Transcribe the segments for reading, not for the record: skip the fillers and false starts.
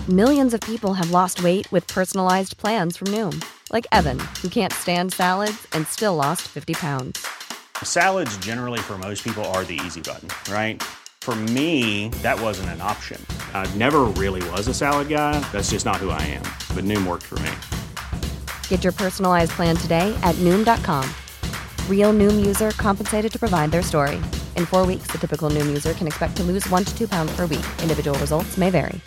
Millions of people have lost weight with personalized plans from Noom. Like Evan, who can't stand salads and still lost 50 pounds. Salads generally for most people are the easy button, right? For me, that wasn't an option. I never really was a salad guy. That's just not who I am. But Noom worked for me. Get your personalized plan today at Noom.com. Real Noom user compensated to provide their story. In 4 weeks, the typical Noom user can expect to lose 1 to 2 pounds per week. Individual results may vary.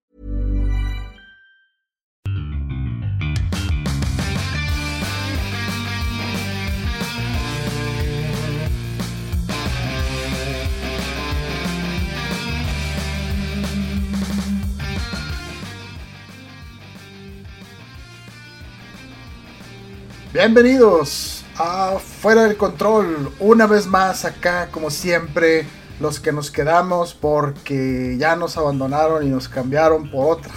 Bienvenidos a Fuera del Control, una vez más acá como siempre, los que nos quedamos porque ya nos abandonaron y nos cambiaron por otra.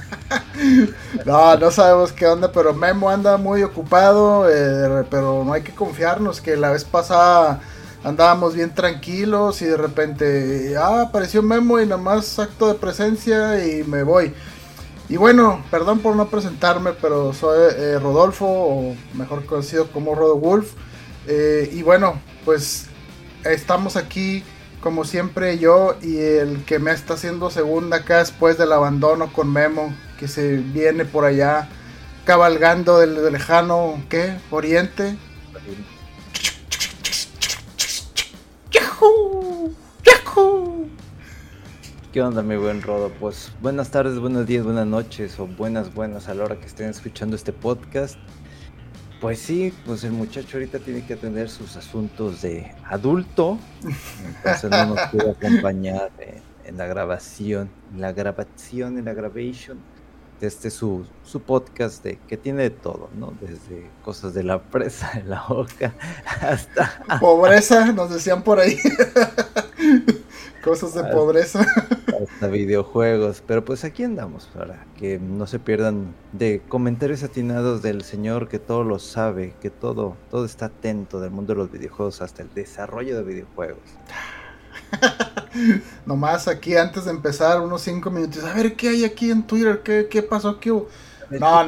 No sabemos qué onda, pero Memo anda muy ocupado, pero no hay que confiarnos que la vez pasada andábamos bien tranquilos y de repente apareció Memo y nada más acto de presencia y me voy. Y bueno, perdón por no presentarme, pero soy Rodolfo, o mejor conocido como Rodowulf. Y bueno, pues estamos aquí como siempre yo y el que me está haciendo segunda acá después del abandono con Memo, que se viene por allá cabalgando del lejano, ¿qué? Oriente. ¡Yahoo! ¡Yahoo! ¿Qué onda, mi buen Rodo? Pues buenas tardes, buenos días, buenas noches o buenas a la hora que estén escuchando este podcast. Pues sí, pues el muchacho ahorita tiene que atender sus asuntos de adulto, entonces no nos puede acompañar en la grabación de su podcast que tiene de todo, ¿no? Desde cosas de la presa, de la hoja, hasta... Pobreza, nos decían por ahí. Cosas de pobreza. Hasta videojuegos. Pero pues aquí andamos para que no se pierdan de comentarios atinados del señor que todo lo sabe, que todo está atento del mundo de los videojuegos hasta el desarrollo de videojuegos. Nomás aquí antes de empezar unos 5 minutos. A ver qué hay aquí en Twitter, qué pasó, qué hubo. No.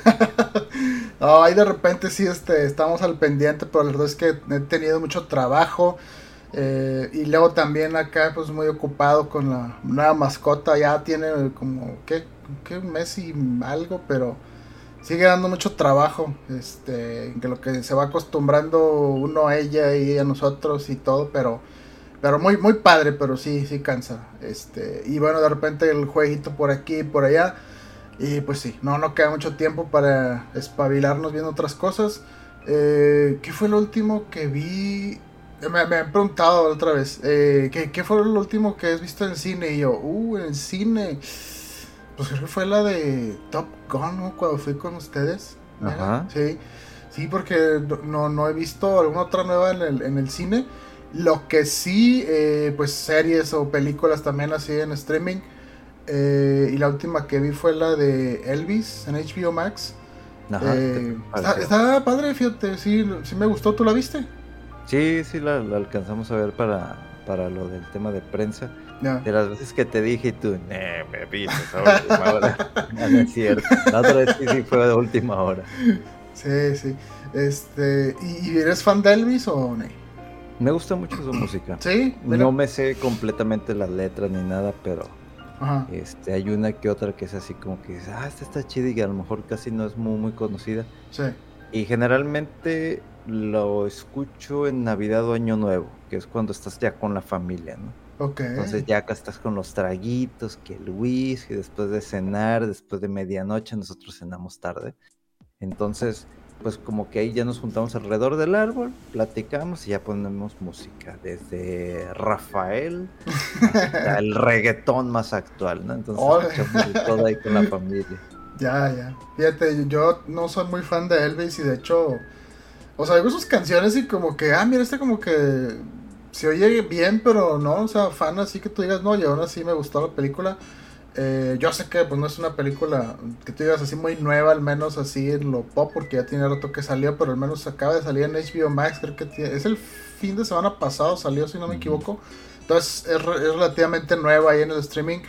No, ahí de repente sí estamos al pendiente, pero la verdad es que he tenido mucho trabajo. Y luego también acá pues muy ocupado con la nueva mascota. Ya tiene como ¿qué? Un mes y algo, pero sigue dando mucho trabajo, que lo que se va acostumbrando uno a ella y ella a nosotros y todo, pero muy muy padre, pero sí cansa. Y bueno, de repente el jueguito por aquí y por allá, y pues sí, no queda mucho tiempo para espabilarnos viendo otras cosas. ¿Qué fue lo último que vi? Me han preguntado otra vez, ¿qué fue lo último que has visto en cine? Y yo, en cine, pues creo que fue la de Top Gun, ¿no? Cuando fui con ustedes. Ajá. Sí, porque no he visto alguna otra nueva en el cine. Lo que sí, pues series o películas también así en streaming. Y la última que vi fue la de Elvis en HBO Max. Ajá. Está padre, fíjate, sí me gustó. ¿Tú la viste? Sí, la alcanzamos a ver para lo del tema de prensa. Yeah. De las veces que te dije y tú, me viste a última hora. No es cierto. La otra vez sí fue de última hora. Sí. ¿Y eres fan de Elvis o no? Me gusta mucho su música. Sí. No me sé completamente las letras ni nada, pero ajá. Hay una que otra que es así como que esta está chida y a lo mejor casi no es muy, muy conocida. Sí. Y generalmente lo escucho en Navidad o Año Nuevo, que es cuando estás ya con la familia, ¿no? Okay. Entonces ya acá estás con los traguitos, que el whisky, después de cenar, después de medianoche, nosotros cenamos tarde. Entonces, pues como que ahí ya nos juntamos alrededor del árbol, platicamos y ya ponemos música, desde Rafael hasta el reggaetón más actual, ¿no? Entonces escuchamos de todo ahí con la familia. Ya. Fíjate, yo no soy muy fan de Elvis y de hecho, o sea, oigo sus canciones y como que, mira, como que se oye bien, pero no, o sea, fan así que tú digas, no, y aún así me gustó la película. Yo sé que pues no es una película que tú digas así muy nueva, al menos así en lo pop, porque ya tiene rato que salió, pero al menos acaba de salir en HBO Max, creo que es el fin de semana pasado salió, si no me equivoco. Entonces es relativamente nueva ahí en el streaming.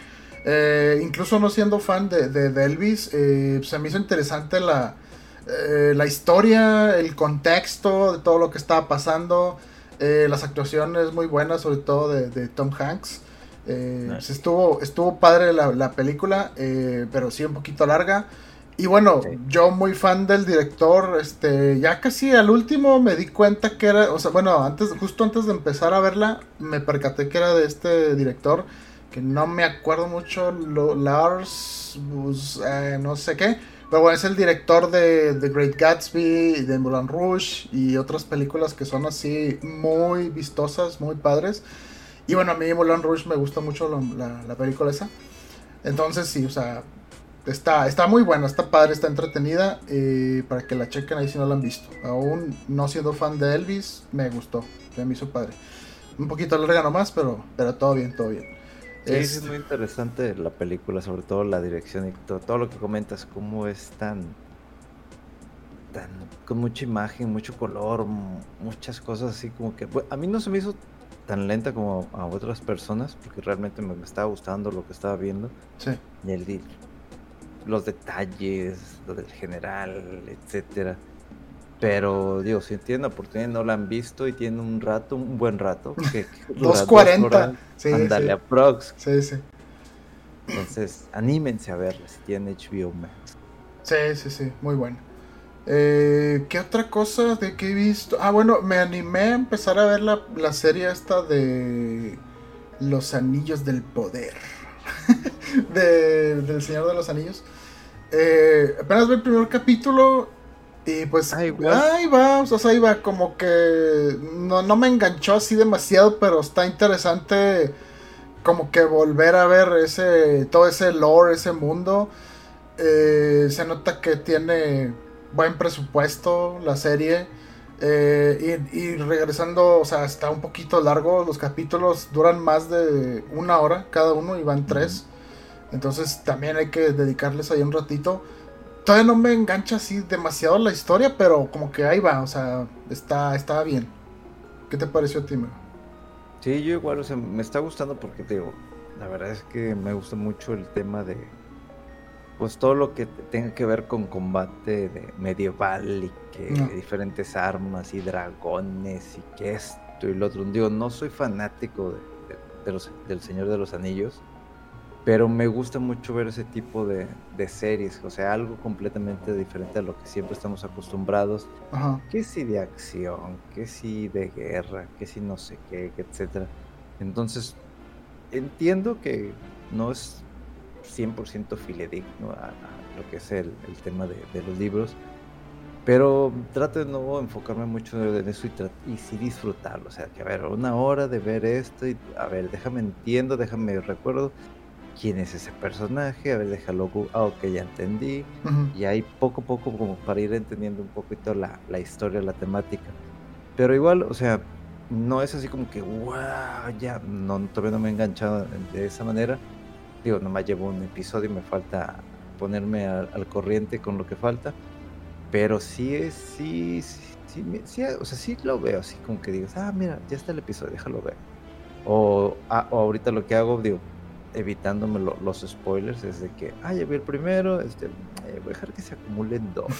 Incluso no siendo fan de Elvis, se me hizo interesante la historia, el contexto de todo lo que estaba pasando, las actuaciones muy buenas, sobre todo de Tom Hanks. Nice. Estuvo padre la película, pero sí un poquito larga. Y bueno, sí. Yo muy fan del director, ya casi al último me di cuenta que era, o sea, bueno, justo antes de empezar a verla, me percaté que era de este director, que no me acuerdo mucho, Lars, no sé qué, pero bueno, es el director de The Great Gatsby, de Moulin Rouge y otras películas que son así muy vistosas, muy padres. Y bueno, a mí Moulin Rouge me gusta mucho la película esa. Entonces sí, o sea, está muy buena, está padre, está entretenida. Para que la chequen ahí si no la han visto. Aún no siendo fan de Elvis, me gustó, me hizo padre. Un poquito larga nomás, pero todo bien, todo bien. Sí, es muy interesante la película, sobre todo la dirección y todo lo que comentas, cómo es tan con mucha imagen, mucho color, muchas cosas así como que, bueno, a mí no se me hizo tan lenta como a otras personas, porque realmente me estaba gustando lo que estaba viendo. Sí. Y los detalles, lo del general, etcétera. Pero digo, si tienen la oportunidad y no la han visto y tienen un buen rato, que 2:40. Sí, ándale, sí. aprox. Sí, sí. Entonces, anímense a verla si tienen HBO Max. Sí, muy buena. ¿Qué otra cosa de que he visto? Ah, bueno, me animé a empezar a ver la serie esta de Los Anillos del Poder. del Señor de los Anillos. Apenas vi el primer capítulo y pues ahí va, o sea, ahí va, como que no me enganchó así demasiado, pero está interesante como que volver a ver todo ese lore, ese mundo. Se nota que tiene buen presupuesto la serie, y regresando, o sea, está un poquito largo, los capítulos duran más de 1 hora cada uno y van 3, entonces también hay que dedicarles ahí un ratito. Todavía no me engancha así demasiado la historia, pero como que ahí va, o sea, está bien. ¿Qué te pareció a ti, Mero? Sí, yo igual, o sea, me está gustando porque, digo, la verdad es que me gusta mucho el tema de, pues, todo lo que tenga que ver con combate medieval y que diferentes armas y dragones y que esto y lo otro. Digo, no soy fanático del Señor de los Anillos, pero me gusta mucho ver ese tipo de series, o sea, algo completamente diferente a lo que siempre estamos acostumbrados. Ajá. Que si de acción, que si de guerra, que si no sé qué, etcétera. Entonces, entiendo que no es 100% fidedigno a lo que es el tema de los libros, pero trato de no enfocarme mucho en eso y sí disfrutarlo. O sea, que a ver, 1 hora de ver esto y a ver, déjame recuerdo quién es ese personaje, a ver, déjalo, ok, ya entendí. Uh-huh. Y ahí poco a poco como para ir entendiendo un poquito la historia, la temática. Pero igual, o sea, no es así como que wow, ya, no, todavía no me he enganchado de esa manera. Digo, nomás llevo un episodio y me falta ponerme al corriente con lo que falta. Pero sí, o sea, sí lo veo así como que digas, mira, ya está el episodio, déjalo ver. O ahorita lo que hago, digo, evitándome los spoilers, es de que, ya vi el primero, voy a dejar que se acumulen 2.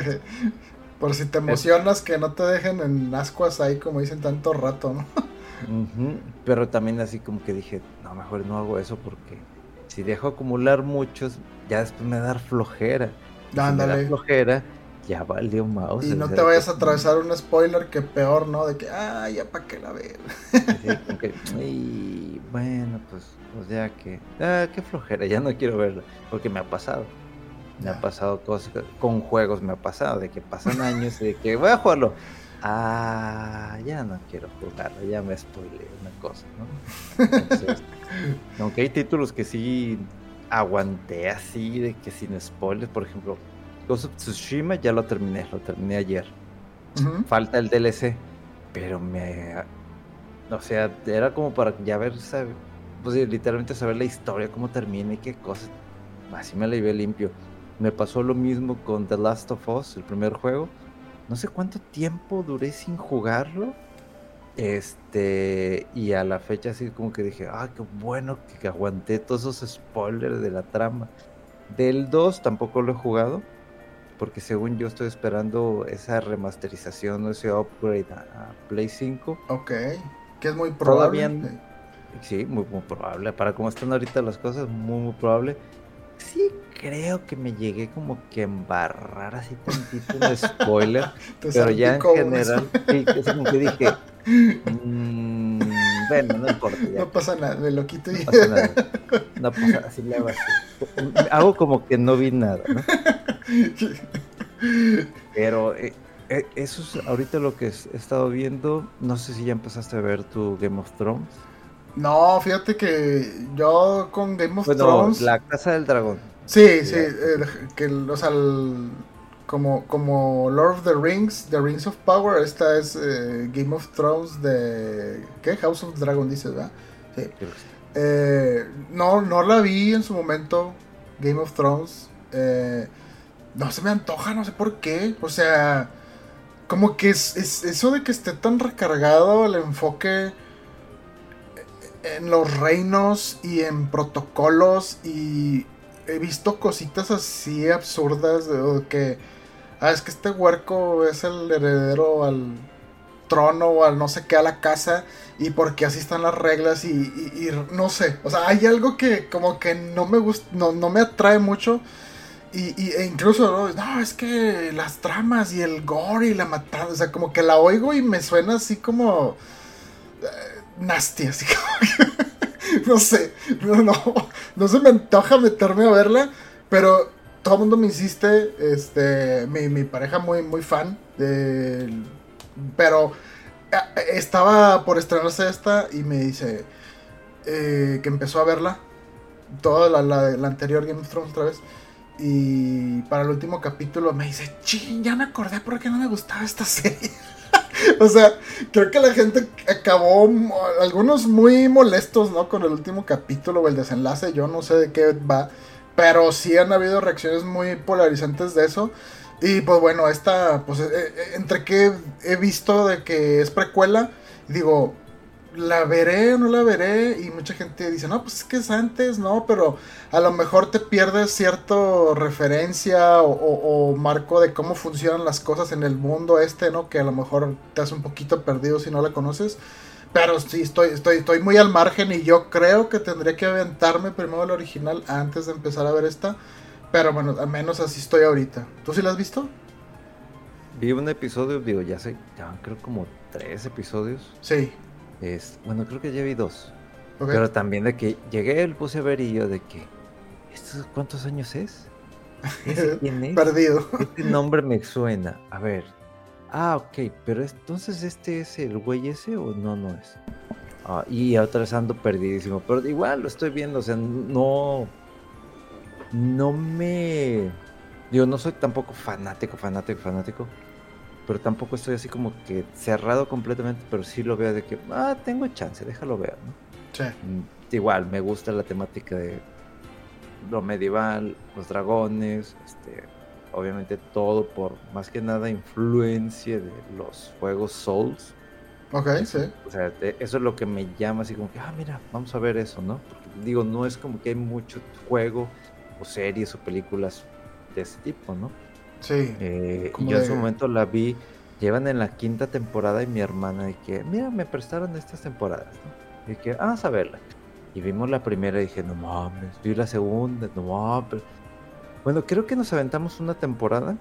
Por si te emocionas, que no te dejen en ascuas ahí, como dicen, tanto rato, ¿no? Uh-huh. Pero también así como que dije, no, mejor no hago eso porque si dejo acumular muchos, ya después me da flojera. Ándale. Si me da flojera, ya valió mouse. Y no te vayas a atravesar un spoiler que peor, ¿no? De que, ya para qué la ver. Sí, como que, y bueno, pues ya que, qué flojera, ya no quiero verlo, porque me ha pasado. Me ha pasado cosas, con juegos me ha pasado, de que pasan años y de que voy a jugarlo. Ya no quiero jugarlo, ya me spoileé una cosa, ¿no? Entonces, aunque hay títulos que sí aguanté así, de que sin spoilers, por ejemplo, Ghost of Tsushima ya lo terminé ayer. Uh-huh. Falta el DLC, pero o sea, era como para ya ver, pues literalmente saber la historia, cómo termina y qué cosas. Así me la llevé limpio. Me pasó lo mismo con The Last of Us, el primer juego. No sé cuánto tiempo duré sin jugarlo. Y a la fecha así como que dije, qué bueno que aguanté todos esos spoilers de la trama. Del 2 tampoco lo he jugado, porque según yo estoy esperando esa remasterización o ese upgrade a Play 5. Ok, que es muy probable. Todavía, sí, muy, muy probable. Para cómo están ahorita las cosas, muy, muy probable. Sí, creo que me llegué como que a embarrar así tantito en spoiler, pero ya en general, sí, es como que dije, bueno, no importa. Ya. No pasa nada, me lo quito y... No pasa nada. No pasa, así le hago así. Hago como que no vi nada, ¿no? Pero eso es ahorita lo que he estado viendo. No sé si ya empezaste a ver tu Game of Thrones. No, fíjate que yo con Game of Thrones... La Casa del Dragón. Sí, o sea, como Lord of the Rings, The Rings of Power, esta es Game of Thrones de... ¿Qué? House of Dragon, dices, ¿verdad? Sí. No la vi en su momento, Game of Thrones. No se me antoja, no sé por qué. O sea, como que es eso de que esté tan recargado el enfoque en los reinos y en protocolos, y he visto cositas así absurdas de que es que este huerco es el heredero al trono o al no sé qué, a la casa, y porque así están las reglas y no sé, o sea, hay algo que como que no me gusta, no me atrae mucho. E incluso, no, es que las tramas y el gore y la matanza, o sea, como que la oigo y me suena así como nasty, así como que, no sé, no se me antoja meterme a verla, pero todo el mundo me insiste, mi pareja muy, muy fan, pero estaba por estrenarse esta y me dice que empezó a verla, toda la anterior Game of Thrones otra vez. Y para el último capítulo me dice, ching, ya me acordé por qué no me gustaba esta serie. O sea, creo que la gente acabó, algunos muy molestos, ¿no? Con el último capítulo o el desenlace, yo no sé de qué va, pero sí han habido reacciones muy polarizantes de eso. Y pues bueno, esta, pues entre que he visto de que es precuela, digo, ¿la veré o no la veré? Y mucha gente dice, no, pues es que es antes, ¿no? Pero a lo mejor te pierdes cierta referencia o marco de cómo funcionan las cosas en el mundo ¿no? Que a lo mejor te hace un poquito perdido si no la conoces. Pero sí, estoy muy al margen y yo creo que tendría que aventarme primero el original antes de empezar a ver esta. Pero bueno, al menos así estoy ahorita. ¿Tú sí la has visto? Vi un episodio, digo, ya creo como 3 episodios. Sí. Bueno, creo que ya vi 2. Okay. Pero también de que llegué, lo puse a ver y yo de que, ¿cuántos años es? ¿Ese quién es? Perdido. Este nombre me suena. A ver. Ok, pero entonces ¿este es el güey ese o no es? Y otra vez ando perdidísimo. Pero igual lo estoy viendo, o sea, no me... Digo, no soy tampoco fanático. Pero tampoco estoy así como que cerrado completamente, pero sí lo veo de que, tengo chance, déjalo ver, ¿no? Sí. Igual, me gusta la temática de lo medieval, los dragones, obviamente todo por, más que nada, influencia de los juegos Souls. Ok, sí. O sea, eso es lo que me llama así como que, mira, vamos a ver eso, ¿no? Porque digo, no es como que hay mucho juego o series o películas de ese tipo, ¿no? Sí. Y yo en su momento la vi, llevan en la 5ª temporada y mi hermana de que, mira, me prestaron estas temporadas, ¿no? Y que, vamos a verla. Y vimos la primera y dije, no mames, vi la segunda, no mames. Bueno, creo que nos aventamos una temporada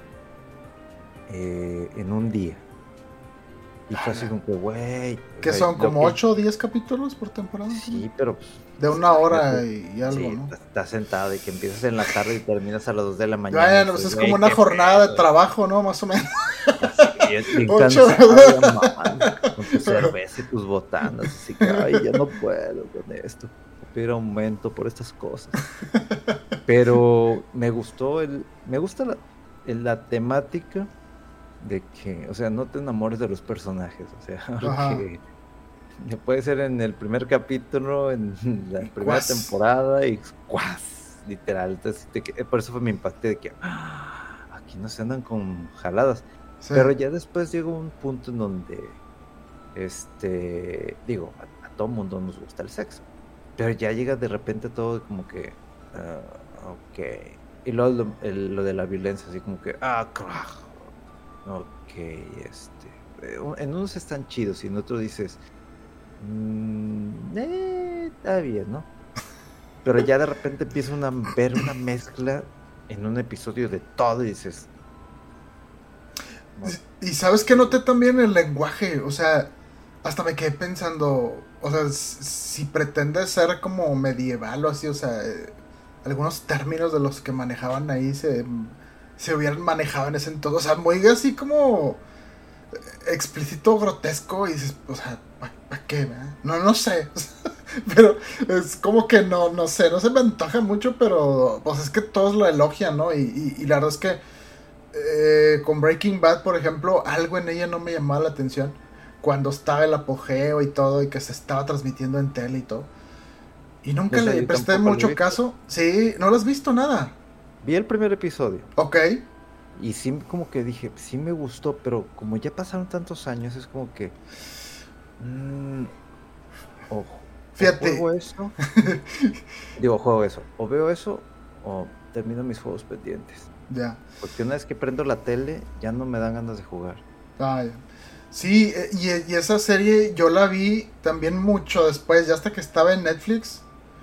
en un día. Y fue así como que, güey. ¿Qué son? ¿Como 8 o 10 capítulos por temporada? Sí, pero pues, de una hora y algo, sí, ¿no? Estás sentado y que empiezas en la tarde y terminas a las 2 de la mañana. Bueno, pues es como una jornada de trabajo, ¿no? Más o menos. Sí, 8 horas. Con tu cerveza y tus botanas. Así que, ya no puedo con esto. Pedir aumento por estas cosas. Pero me gusta la temática de que, o sea, no te enamores de los personajes, o sea, porque puede ser en el primer capítulo, en la primera temporada y ¡cuas! Literal, entonces, por eso fue mi impacto de que aquí no se andan con jaladas, sí. Pero ya después llegó un punto en donde digo, a todo mundo nos gusta el sexo, pero ya llega de repente todo como que, ok, y luego lo de la violencia, así como que, carajo, ok, en unos están chidos y en otros dices, está bien, ¿no? Pero ya de repente empieza ver una mezcla en un episodio de todo y dices... No. Y sabes que noté también el lenguaje, o sea, hasta me quedé pensando, o sea, si pretende ser como medieval o así, o sea, algunos términos de los que manejaban ahí se hubieran manejado en ese entonces, o sea, muy así como explícito, grotesco, y dices, o sea, ¿para qué? ¿verdad? No sé, pero es como que no sé, no se me antoja mucho, pero pues es que todos lo elogian, ¿no? Y la verdad es que con Breaking Bad, por ejemplo, algo en ella no me llamaba la atención cuando estaba el apogeo y todo, y que se estaba transmitiendo en tele y todo. Y nunca le presté mucho caso. Sí, ¿no lo has visto nada? Vi el primer episodio. Ok. Y sí, como que dije, sí me gustó, pero como ya pasaron tantos años, es como que... Fíjate. O juego eso. Juego eso. O veo eso, o termino mis juegos pendientes. Ya. Porque una vez que prendo la tele, ya no me dan ganas de jugar. Ya. Sí, y esa serie yo la vi también mucho después, ya hasta que estaba en Netflix.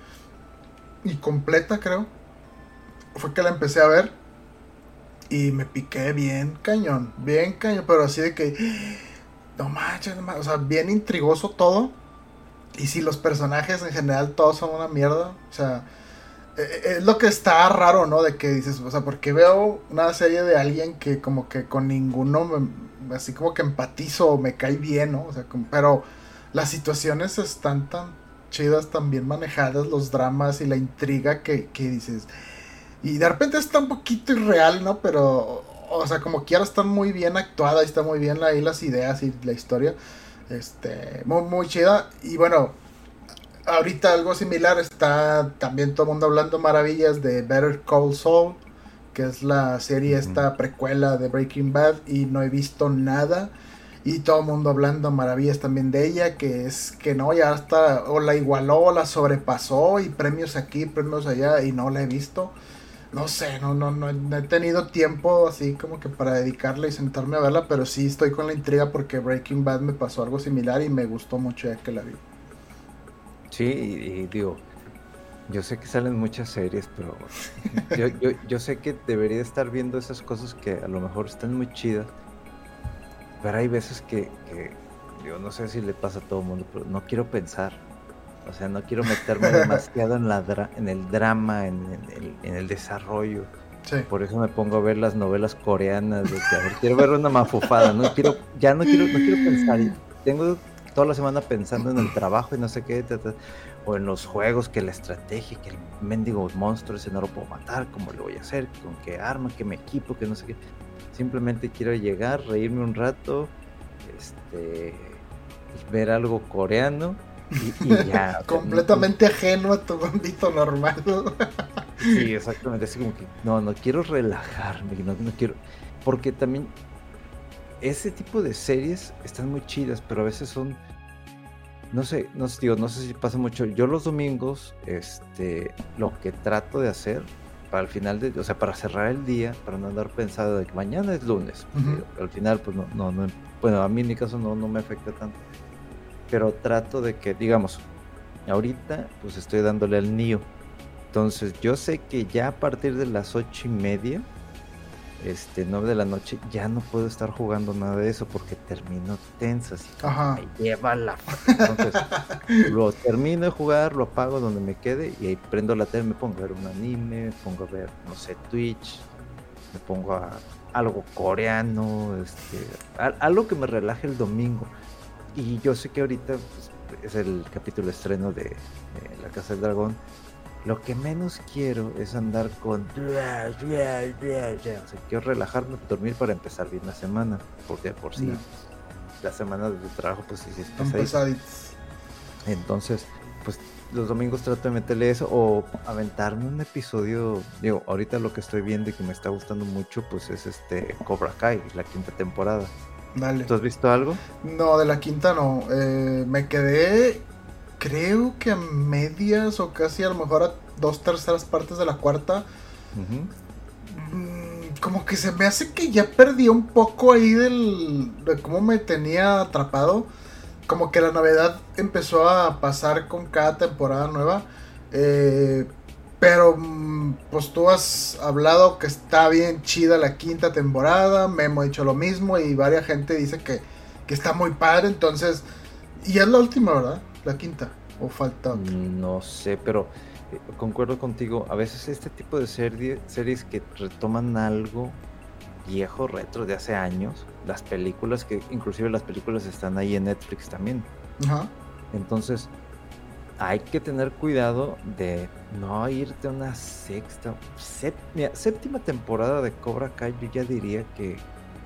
Y completa, creo. Fue que la empecé a ver. Y me piqué bien cañón, pero así de que... No manches, o sea, bien intrigoso todo. Y sí, los personajes en general todos son una mierda. O sea, es lo que está raro, ¿no? De que dices, o sea, porque veo una serie de alguien que como que con ninguno así como que empatizo o me cae bien, ¿no? O sea, pero las situaciones están tan chidas, tan bien manejadas, los dramas y la intriga que dices... Y de repente está un poquito irreal, ¿no? Pero, o sea, como quiera está muy bien actuada y está muy bien ahí las ideas y la historia. Muy, muy chida. Y bueno, ahorita algo similar está también todo el mundo hablando maravillas de Better Call Saul, que es la serie esta precuela de Breaking Bad, y no he visto nada. Y todo el mundo hablando maravillas también de ella, que es que no, ya está, o la igualó, o la sobrepasó, y premios aquí, premios allá, y no la he visto. No sé, no he tenido tiempo así como que para dedicarle y sentarme a verla, pero sí estoy con la intriga porque Breaking Bad me pasó algo similar y me gustó mucho ya que la vi. Sí, y digo, yo sé que salen muchas series, pero yo sé que debería estar viendo esas cosas que a lo mejor están muy chidas, pero hay veces que yo no sé si le pasa a todo el mundo, pero no quiero pensar. O sea, no quiero meterme demasiado en el drama, en el desarrollo. Sí. Por eso me pongo a ver las novelas coreanas. De que, a ver, quiero ver una mafufada. No quiero pensar. Tengo toda la semana pensando en el trabajo y no sé qué. O en los juegos, que la estrategia, que el mendigo monstruo ese no lo puedo matar. ¿Cómo lo voy a hacer? ¿Con qué arma? ¿Qué me equipo? Que no sé qué. Simplemente quiero llegar, reírme un rato. Ver algo coreano. Y ya, completamente ajeno a tu ámbito normal. Sí, exactamente, así como que no quiero relajarme, no quiero, porque también ese tipo de series están muy chidas, pero a veces son, no sé si pasa mucho. Yo los domingos, lo que trato de hacer para el final o sea, para cerrar el día, para no andar pensando de que mañana es lunes, al final pues no, bueno, a mí en mi caso no me afecta tanto. Pero trato de que, digamos, ahorita pues estoy dándole al Nioh. Entonces yo sé que ya a partir de las 8:30, 9 de la noche, ya no puedo estar jugando nada de eso porque termino tensa, así como me lleva la... Entonces lo termino de jugar, lo apago donde me quede y ahí prendo la tele, me pongo a ver un anime, me pongo a ver, no sé, Twitch, me pongo a algo coreano, algo que me relaje el domingo. Y yo sé que ahorita pues, es el capítulo estreno de La Casa del Dragón. Lo que menos quiero es andar con... O sea, quiero relajarme, dormir para empezar bien la semana. Porque por sí, la semana de trabajo pues sí es pesadita. Entonces, pues los domingos trato de meterle eso o aventarme un episodio. Digo, ahorita lo que estoy viendo y que me está gustando mucho pues es Cobra Kai, la 5ª temporada. Dale. ¿Tú has visto algo? No, de la quinta no. Me quedé, creo que a medias o casi a lo mejor a 2/3 partes de la cuarta. Como que se me hace que ya perdí un poco ahí de cómo me tenía atrapado. Como que la novedad empezó a pasar con cada temporada nueva. Pero pues tú has hablado que está bien chida la quinta temporada. Memo ha dicho lo mismo y varias gente dice que está muy padre. Entonces, y es la última, ¿verdad? La quinta. ¿O falta otra? No sé, pero concuerdo contigo. A veces este tipo de series que retoman algo viejo, retro, de hace años. Las películas, que inclusive las películas están ahí en Netflix también. Ajá. Entonces, hay que tener cuidado de no irte a una séptima temporada de Cobra Kai. Yo ya diría que,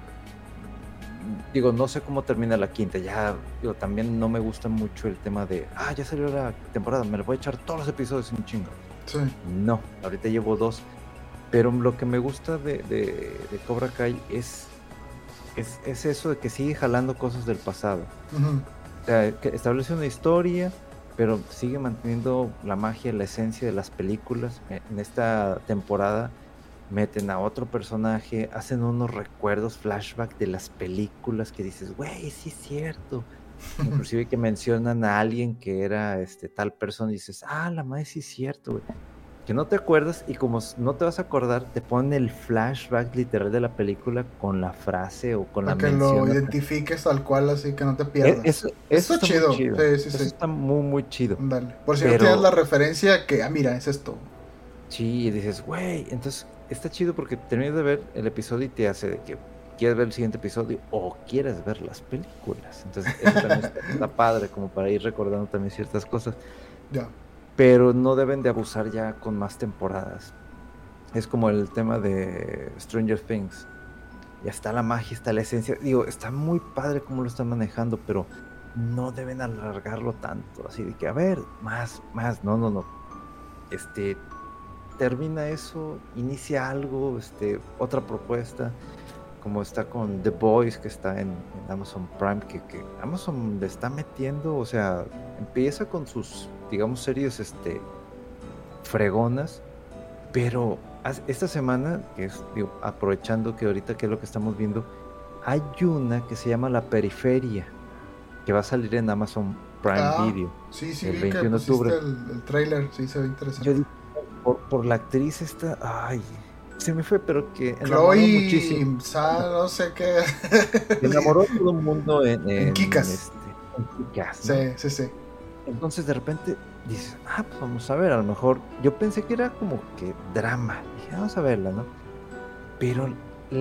digo, no sé cómo termina la quinta. Ya, digo, también no me gusta mucho el tema de, ya salió la temporada, me lo voy a echar todos los episodios en chingo. Sí. No, ahorita llevo 2. Pero lo que me gusta de Cobra Kai es eso de que sigue jalando cosas del pasado. Uh-huh. O sea, que establece una historia, pero sigue manteniendo la magia, la esencia de las películas. En esta temporada meten a otro personaje, hacen unos recuerdos, flashback de las películas que dices, güey, sí es cierto. Inclusive que mencionan a alguien que era tal persona y dices, la madre, sí es cierto, güey. Que no te acuerdas, y como no te vas a acordar, te ponen el flashback literal de la película con la frase o con la mención. Para que lo identifiques tal cual, así que no te pierdas. Eso está chido. chido. Sí. Eso está muy, muy chido. Dale. Por si no tienes la referencia, que, mira, es esto. Sí, y dices, güey, entonces está chido porque terminas de ver el episodio y te hace de que quieres ver el siguiente episodio o quieres ver las películas. Entonces eso también está padre, como para ir recordando también ciertas cosas. Ya. Pero no deben de abusar ya con más temporadas. Es como el tema de Stranger Things. Ya está la magia, está la esencia. Digo, está muy padre cómo lo están manejando, pero no deben alargarlo tanto. Así de que, a ver, más. No. Termina eso, inicia algo, otra propuesta. Como está con The Boys, que está en Amazon Prime, que Amazon le está metiendo, o sea, empieza con sus, digamos, series fregonas, pero esta semana, que es, digo, aprovechando que ahorita que es lo que estamos viendo, hay una que se llama La Periferia, que va a salir en Amazon Prime Video. Sí, el 21 de octubre. El trailer, sí, se ve interesante. Yo dije, por la actriz esta, se me fue, pero que enamoró muchísimo. No sé qué. Enamoró a todo el mundo en Kick-Ass. En Kick-Ass, ¿no? Sí. Entonces de repente dices, pues vamos a ver, a lo mejor. Yo pensé que era como que drama. Dije, vamos a verla, ¿no? Pero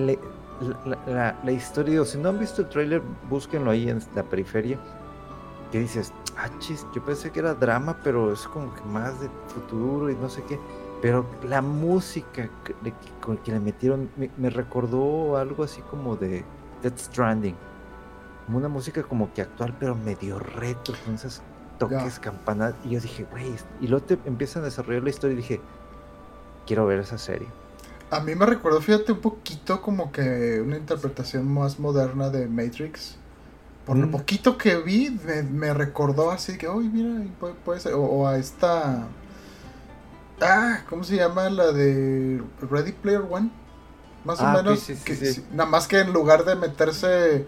la historia, si no han visto el tráiler, búsquenlo ahí en La Periferia. Que dices, chis, yo pensé que era drama, pero es como que más de futuro y no sé qué. Pero la música con que le metieron me recordó algo así como de Death Stranding. Como una música como que actual, pero medio retro, con esos toques, campanadas. Y yo dije, güey, y luego te empiezan a desarrollar la historia y dije, quiero ver esa serie. A mí me recordó, fíjate, un poquito como que una interpretación más moderna de Matrix. Por lo poquito que vi, me recordó así que, mira, puede ser. O a esta... ¿cómo se llama? La de Ready Player One. Más o menos. Sí. Nada más que en lugar de meterse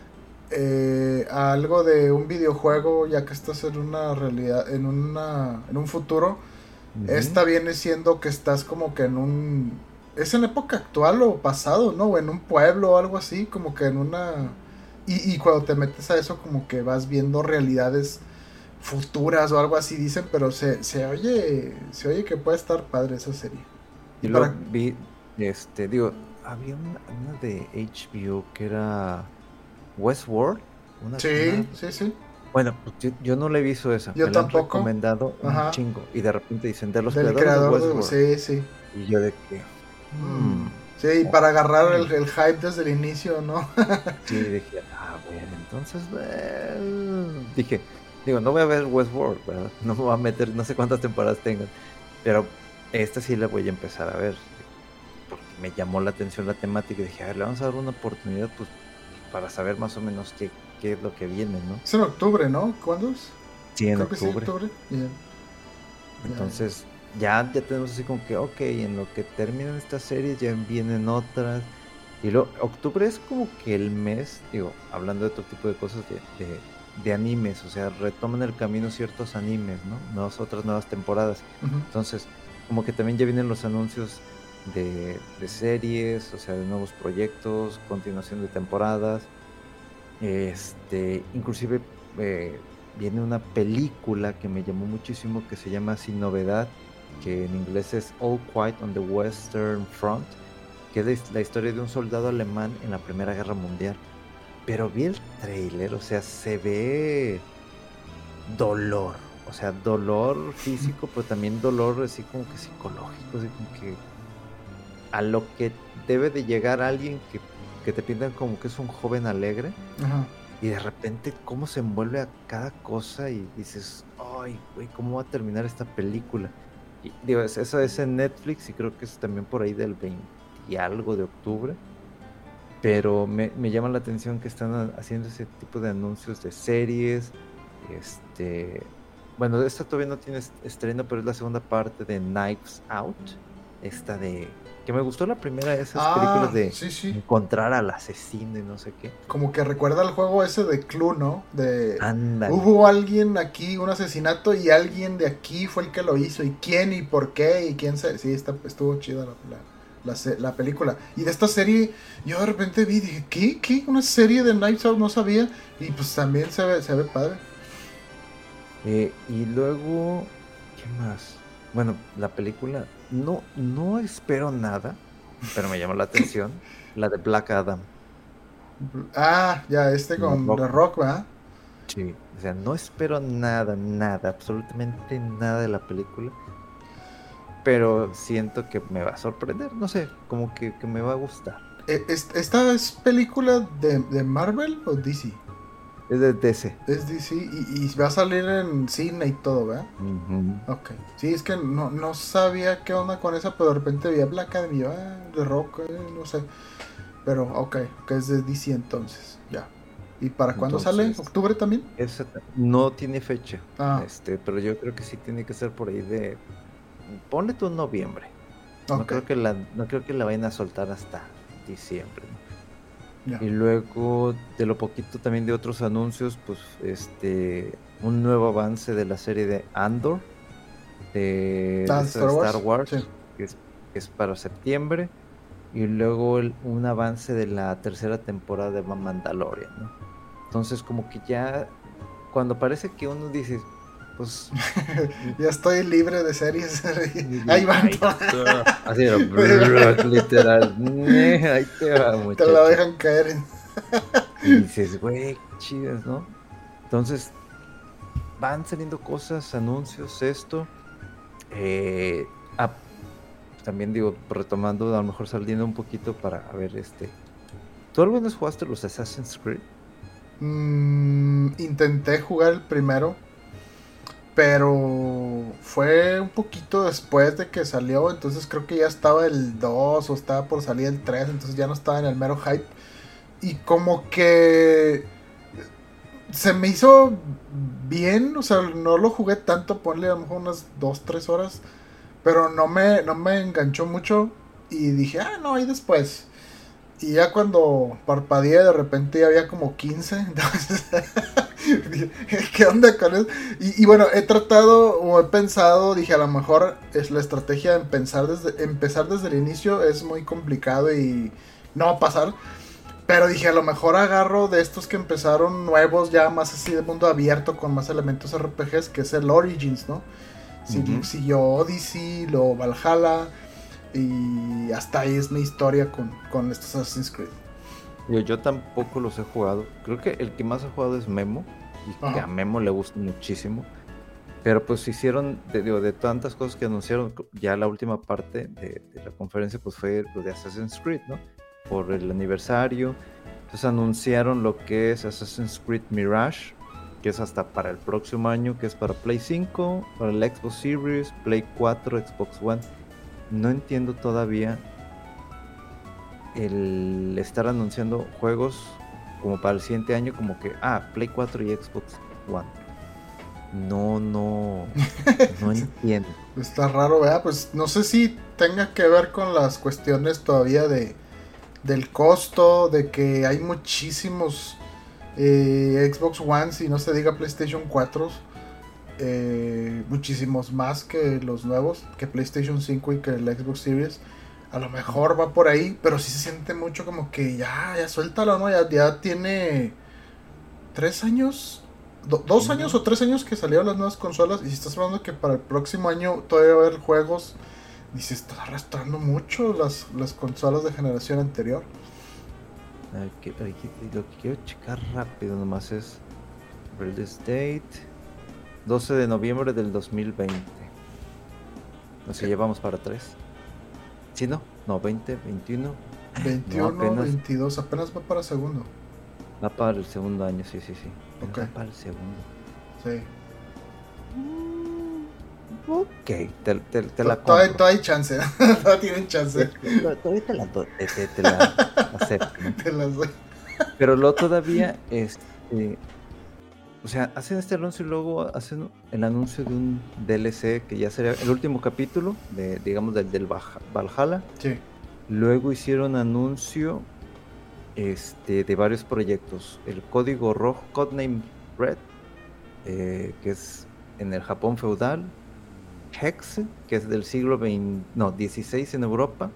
a algo de un videojuego, ya que estás en una realidad, en un futuro, esta viene siendo que estás como que en un... ¿Es en época actual o pasado, no? O en un pueblo o algo así, como que en una... Y cuando te metes a eso, como que vas viendo realidades futuras o algo así dicen, pero se oye que puede estar padre esa serie. Y luego vi, digo, había una de HBO que era Westworld. Sí. Bueno, pues yo no le he visto esa. Yo tampoco. Me han recomendado un chingo. Y de repente dicen, de los creadores de Westworld. Sí. Y yo de que... Sí, para agarrar el hype desde el inicio, ¿no? Sí, dije, bueno, entonces... dije... Digo, no voy a ver Westworld, ¿verdad? No me voy a meter, no sé cuántas temporadas tengan. Pero esta sí la voy a empezar a ver. Porque me llamó la atención la temática y dije, le vamos a dar una oportunidad, pues para saber más o menos qué es lo que viene, ¿no? Es en octubre, ¿no? ¿Cuándo es? Sí, en Creo que sí, octubre. octubre. Bien. Entonces, ya tenemos así como que, ok, en lo que terminan estas series ya vienen otras. Y luego, octubre es como que el mes, digo, hablando de otro tipo de cosas de animes, o sea, retoman el camino ciertos animes, ¿no? Otras nuevas temporadas. Ujú. Entonces, como que también ya vienen los anuncios de series, o sea, de nuevos proyectos, continuación de temporadas. Inclusive viene una película que me llamó muchísimo que se llama Sin Novedad, que en inglés es All Quiet on the Western Front, que es la historia de un soldado alemán en la Primera Guerra Mundial. Pero vi el tráiler, o sea, se ve dolor, o sea, dolor físico, pero también dolor así como que psicológico, así como que a lo que debe de llegar alguien que te pintan como que es un joven alegre. Ajá. Y de repente cómo se envuelve a cada cosa y dices, ay, güey, ¿cómo va a terminar esta película? Y digo, eso es en Netflix y creo que es también por ahí del 20 y algo de octubre. Pero me llama la atención que están haciendo ese tipo de anuncios de series. Bueno, esta todavía no tiene estreno, pero es la segunda parte de Knives Out. Esta de... Que me gustó la primera de esas películas de sí. encontrar al asesino y no sé qué. Como que recuerda el juego ese de Clue, ¿no? De Ándale. hubo alguien aquí, un asesinato, y alguien de aquí fue el que lo hizo. ¿Y quién y por qué? ¿Y quién se...? Sí, estuvo chida la película. Y de esta serie, yo de repente vi, dije, ¿qué? Una serie de Knives Out, no sabía. Y pues también se ve padre. Y luego, ¿qué más? Bueno, la película, no espero nada, pero me llamó la atención, la de Black Adam. Ah, ya, con Rock. The Rock, ¿verdad? Sí, o sea, no espero nada, absolutamente nada de la película, pero siento que me va a sorprender, no sé, como que me va a gustar. ¿Esta es película de Marvel o DC? Es de DC. Es DC y va a salir en cine y todo, ¿verdad? Uh-huh. Ok. Sí, es que no sabía qué onda con esa, pero de repente vi a Black Adam y yo, The Rock, no sé. Pero, ok, que es de DC entonces, ya. ¿Y para cuándo sale? ¿Octubre también? Esa no tiene fecha, pero yo creo que sí tiene que ser por ahí de... Ponle tú noviembre. Okay. No creo que la vayan a soltar hasta diciembre, ¿no? Yeah. Y luego de lo poquito también de otros anuncios, pues un nuevo avance de la serie de Andor de Star Wars, sí. que es para septiembre, y luego un avance de la tercera temporada de Mandalorian, ¿no? Entonces como que ya cuando parece que uno dice, pues ya estoy libre de series. Ahí van. Así era, literal. Ahí te va, muchacho. Te la dejan caer. Y dices, güey, chidas, ¿no? Entonces, van saliendo cosas, anuncios, esto. También digo, retomando, a lo mejor saliendo un poquito para ver ¿Tú alguna vez jugaste los Assassin's Creed? Intenté jugar el primero, pero fue un poquito después de que salió, entonces creo que ya estaba el 2 o estaba por salir el 3, entonces ya no estaba en el mero hype. Y como que se me hizo bien, o sea, no lo jugué tanto, ponle a lo mejor unas 2-3 horas, pero no me enganchó mucho y dije, no, ahí después. Y ya cuando parpadeé de repente ya había como 15, entonces ¿qué onda con eso? Y bueno, he tratado o he pensado, dije a lo mejor es la estrategia de empezar desde el inicio es muy complicado y no va a pasar. Pero dije a lo mejor agarro de estos que empezaron nuevos ya más así de mundo abierto con más elementos RPGs, que es el Origins, ¿no? Siguió Odyssey, luego Valhalla. Y hasta ahí es mi historia con estos Assassin's Creed. Yo tampoco los he jugado. Creo que el que más he jugado es Memo. Y que a Memo le gusta muchísimo. Pero pues hicieron, de tantas cosas que anunciaron, ya la última parte de la conferencia pues fue lo de Assassin's Creed, ¿no? Por el aniversario. Entonces anunciaron lo que es Assassin's Creed Mirage, que es hasta para el próximo año, que es para Play 5, para el Xbox Series, Play 4, Xbox One. No entiendo todavía el estar anunciando juegos como para el siguiente año, como que, Play 4 y Xbox One. No entiendo. Está raro, ¿verdad? Pues no sé si tenga que ver con las cuestiones todavía del costo, de que hay muchísimos Xbox One, y no se diga PlayStation 4, muchísimos más que los nuevos, que PlayStation 5 y que el Xbox Series. A lo mejor va por ahí, pero sí se siente mucho como que ya suéltalo, ¿no? Ya tiene 3 años, 2 años o 3 años que salieron las nuevas consolas, y si estás hablando que para el próximo año todavía va a haber juegos, y se está arrastrando mucho las consolas de generación anterior. Lo que quiero checar rápido nomás es Release Date 12 de noviembre del 2020. No sé, llevamos para 3. ¿Sí, no? No, 20, 21. 21, no, apenas, 22, apenas va para segundo. Va para el segundo año, sí. Okay. Va para el segundo. Sí. Ok, te la compro. Todavía hay chance, todavía tienen chance. Todavía te la acepto, ¿no? Te las doy. Pero luego todavía, o sea, hacen este anuncio y luego hacen el anuncio de un DLC que ya sería el último capítulo, digamos, del Valhalla. Sí. Luego hicieron anuncio de varios proyectos. El Código Rojo, Codename Red, que es en el Japón feudal. Hex, que es del siglo XVI en Europa.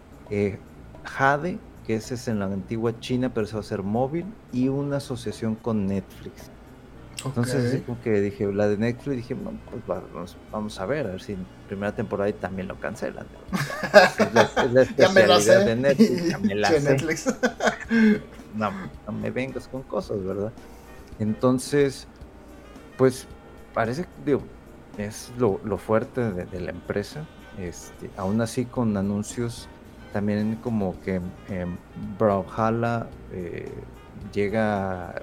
Jade, que ese es en la antigua China, pero se va a hacer móvil. Y una asociación con Netflix. Entonces, así como que dije, la de Netflix, dije, bueno, pues vamos a ver si en primera temporada también lo cancelan. Es la especialidad de Netflix, ya me la sé. Netflix. No me vengas con cosas, ¿verdad? Entonces, pues, parece que, digo, es lo fuerte de la empresa. Aún así, con anuncios también como que Brawlhalla llega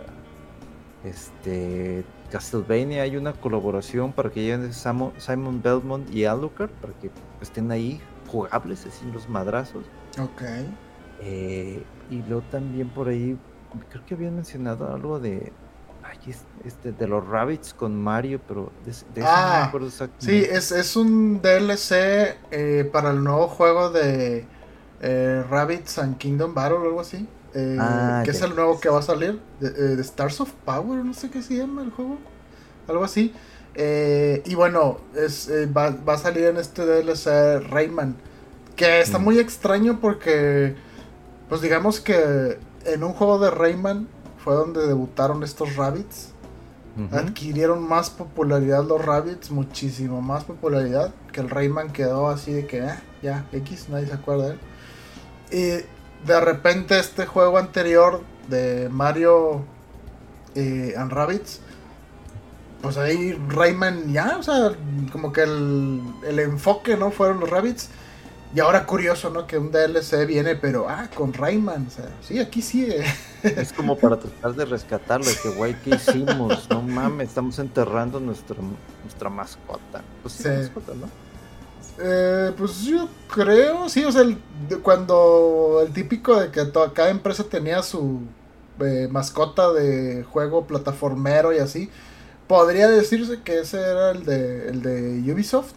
Castlevania. Hay una colaboración para que lleguen Simon Belmont y Alucard, para que estén ahí jugables, así los madrazos. Ok. Y luego también por ahí creo que habían mencionado algo de los Rabbids con Mario, pero de eso no me acuerdo exactamente. Sí, es un DLC para el nuevo juego de Rabbids and Kingdom Battle o algo así. Que es el nuevo que va a salir de Stars of Power, no sé qué se llama el juego, algo así. Y bueno, va a salir en este DLC Rayman, que está muy extraño porque, pues digamos que en un juego de Rayman fue donde debutaron estos Rabbids. Adquirieron más popularidad los Rabbids, muchísimo más popularidad, que el Rayman quedó así de que ya, X, nadie se acuerda de él. Y de repente este juego anterior de Mario and Rabbids, pues ahí Rayman ya, o sea, como que el enfoque, ¿no? Fueron los Rabbids. Y ahora curioso, ¿no? Que un DLC viene, pero con Rayman, o sea, sí, aquí sigue. Es como para tratar de rescatarlo, de que, güey, ¿qué hicimos? No mames, estamos enterrando nuestra mascota. Pues sí, mascota, ¿no? Pues yo creo, sí, o sea, cuando el típico de que cada empresa tenía su mascota de juego plataformero y así, podría decirse que ese era el de Ubisoft.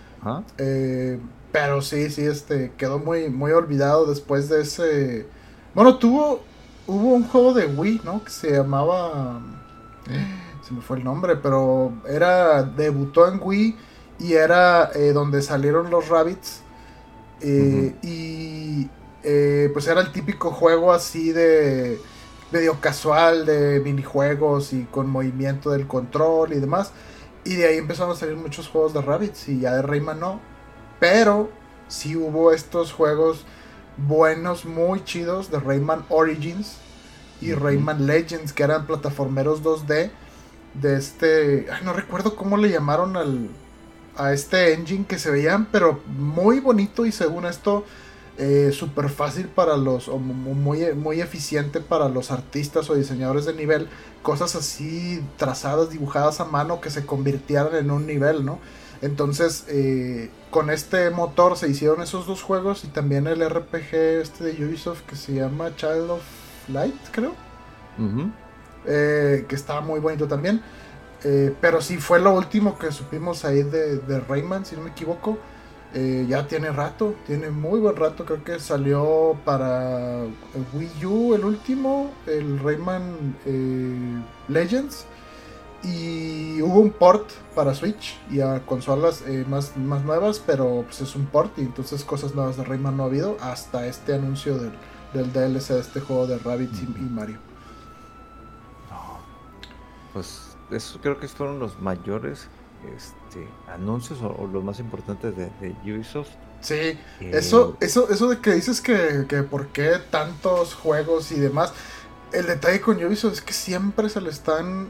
Pero sí, quedó muy, muy olvidado después de ese. Bueno, hubo un juego de Wii, ¿no? Que se llamaba, se me fue el nombre, pero debutó en Wii y era donde salieron los Rabbids. Y pues era el típico juego así de medio casual, de minijuegos y con movimiento del control y demás. Y de ahí empezaron a salir muchos juegos de Rabbids, y ya de Rayman no. Pero sí hubo estos juegos buenos, muy chidos, de Rayman Origins y Rayman Legends, que eran plataformeros 2D de no recuerdo cómo le llamaron a este engine, que se veían pero muy bonito, y según esto súper fácil para o muy, muy eficiente para los artistas o diseñadores de nivel, cosas así trazadas, dibujadas a mano, que se convirtieran en un nivel, ¿no? Entonces, con este motor se hicieron esos dos juegos, y también el RPG de Ubisoft que se llama Child of Light, creo. Ujú. Que estaba muy bonito también. Pero sí fue lo último que supimos ahí de Rayman, si no me equivoco. Ya tiene rato, tiene muy buen rato. Creo que salió para Wii U el último, el Rayman Legends. Y hubo un port para Switch y a consolas más nuevas, pero pues es un port y entonces cosas nuevas de Rayman no ha habido hasta este anuncio del DLC de este juego de Rabbids y Mario. Pues eso creo que fueron los mayores anuncios o los más importantes de Ubisoft. Sí, eso de que dices que por qué tantos juegos y demás. El detalle con Ubisoft es que siempre se le están,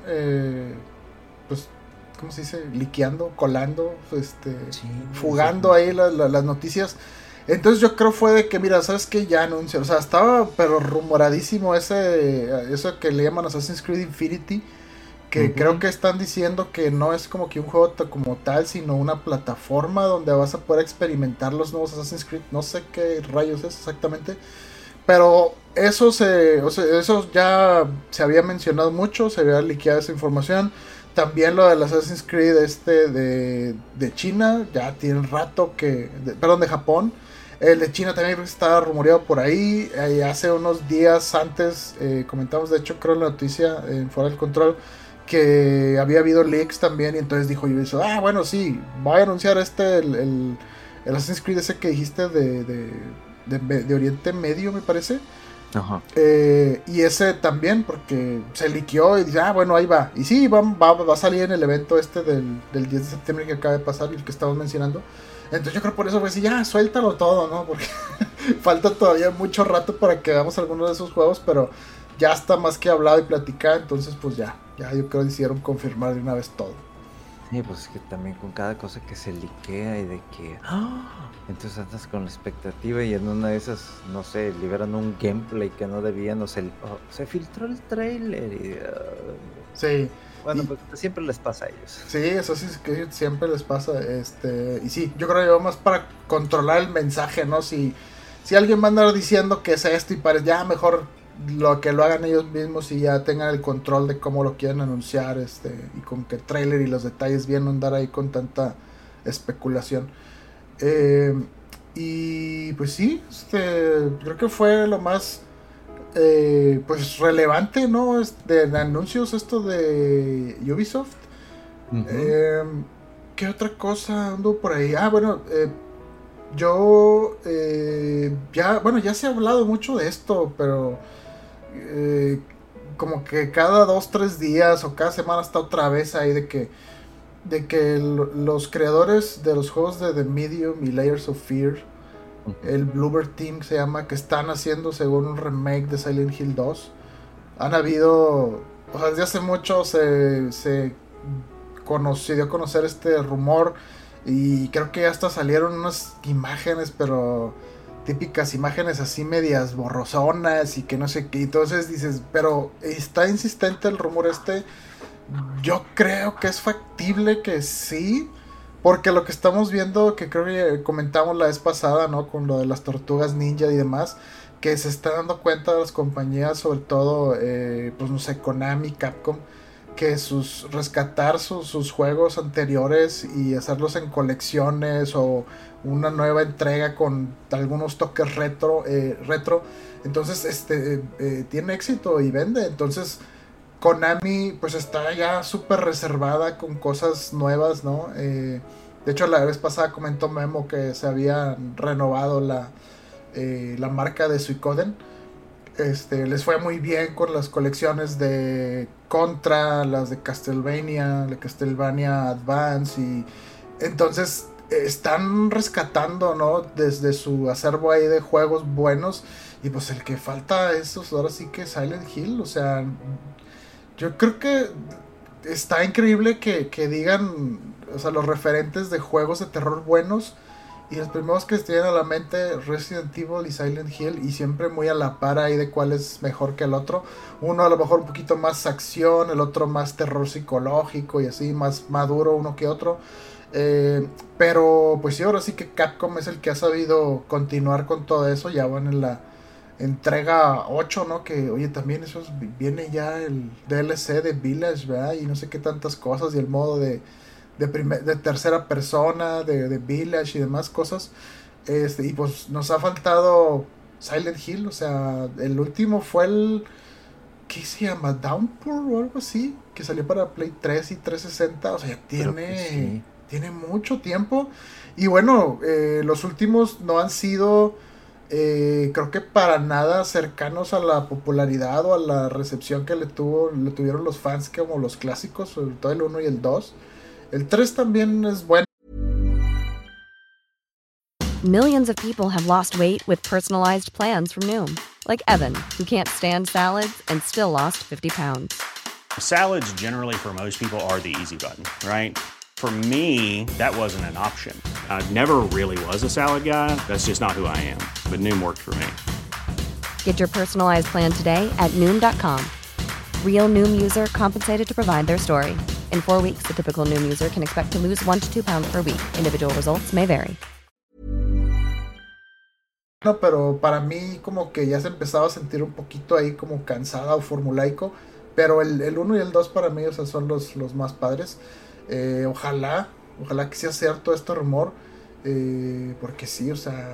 pues, ¿cómo se dice? Liqueando, colando, fugando ahí las noticias. Entonces yo creo fue de que, mira, ¿sabes qué? Ya anunció, o sea, estaba pero rumoradísimo eso que le llaman Assassin's Creed Infinity, que creo que están diciendo que no es como que un juego como tal, sino una plataforma donde vas a poder experimentar los nuevos Assassin's Creed. No sé qué rayos es exactamente. Pero eso ya se había mencionado mucho, se había liqueado esa información. También lo del Assassin's Creed de China, ya tiene rato de Japón. El de China también estaba rumoreado por ahí. Hace unos días antes comentamos, de hecho creo en la noticia en Fuera del Control, que había habido leaks también. Y entonces dijo Ubisoft, bueno, sí, voy a anunciar el Assassin's Creed ese que dijiste de Oriente Medio, me parece. Ajá. Y ese también, porque se liqueó y dice, bueno, ahí va. Y sí, va a salir en el evento del 10 de septiembre que acaba de pasar y el que estamos mencionando. Entonces yo creo por eso fue así, ya, suéltalo todo, ¿no? Porque falta todavía mucho rato para que hagamos alguno de esos juegos, pero ya está más que hablado y platicado. Entonces pues ya yo creo que decidieron confirmar de una vez todo. Sí, pues es que también con cada cosa que se liquea y de que... Entonces andas con la expectativa y en una de esas, no sé, liberan un gameplay que no debían, o se filtró el trailer y... Sí. Bueno, pues siempre les pasa a ellos. Sí, eso sí es que siempre les pasa. Y sí, yo creo que va más para controlar el mensaje, ¿no? Si alguien va a andar diciendo que es esto y parece, ya mejor lo que lo hagan ellos mismos y ya tengan el control de cómo lo quieren anunciar, y con que trailer y los detalles bien, no andar ahí con tanta especulación. Y pues sí, creo que fue lo más pues relevante, ¿no? De anuncios esto de Ubisoft. ¿Qué otra cosa ando por ahí? Bueno, yo ya se ha hablado mucho de esto, pero como que cada 2-3 días o cada semana está otra vez ahí de que los creadores de los juegos de The Medium y Layers of Fear, el Bluebird Team se llama, que están haciendo según un remake de Silent Hill 2. Han habido, o sea, desde hace mucho se dio a conocer este rumor y creo que hasta salieron unas imágenes, pero típicas imágenes así medias borrosonas y que no sé qué. Entonces dices, pero está insistente el rumor Yo creo que es factible que sí, porque lo que estamos viendo, que creo que comentamos la vez pasada, ¿no? Con lo de las tortugas ninja y demás, que se está dando cuenta de las compañías, sobre todo, pues no sé, Konami, Capcom, que rescatar sus juegos anteriores y hacerlos en colecciones o una nueva entrega con algunos toques retro, entonces tiene éxito y vende. Entonces Konami pues está ya súper reservada con cosas nuevas, ¿no? De hecho la vez pasada comentó Memo que se había renovado la marca de Suicoden. Les fue muy bien con las colecciones de Contra, las de Castlevania Advance, y entonces están rescatando, ¿no? Desde su acervo ahí de juegos buenos, y pues el que falta es ahora sí que Silent Hill. O sea, yo creo que está increíble que digan, o sea, los referentes de juegos de terror buenos, y los primeros que se a la mente, Resident Evil y Silent Hill, y siempre muy a la par ahí de cuál es mejor que el otro. Uno a lo mejor un poquito más acción, el otro más terror psicológico y así, más maduro uno que otro. Pero pues sí, ahora sí que Capcom es el que ha sabido continuar con todo eso. Ya van en la entrega 8, ¿no? Que, oye, también eso viene ya el DLC de Village, ¿verdad? Y no sé qué tantas cosas, y el modo de tercera persona, de Village y demás cosas. Y pues nos ha faltado Silent Hill, o sea, el último fue el... ¿Qué se llama? Downpour o algo así, que salió para Play 3 y 360, o sea, ya tiene mucho tiempo. Y bueno, los últimos no han sido, creo que para nada cercanos a la popularidad o a la recepción que le tuvieron los fans como los clásicos, sobre todo el 1 y el 2. El 3 también es bueno. Millions of people have lost weight with personalized plans from Noom, like Evan, who can't stand salads and still lost 50 pounds. Salads generally for most people are the easy button, right? For me, that wasn't an option. I never really was a salad guy. That's just not who I am. But Noom worked for me. Get your personalized plan today at Noom.com. Real Noom user compensated to provide their story. In 4 weeks, the typical Noom user can expect to lose 1 to 2 pounds per week. Individual results may vary. No, pero para mí como que ya se empezaba a sentir un poquito ahí como cansada o formulaico. Pero el 1 y el 2 para mí, o sea, son los más padres. Ojalá que sea cierto este rumor. Porque sí, o sea,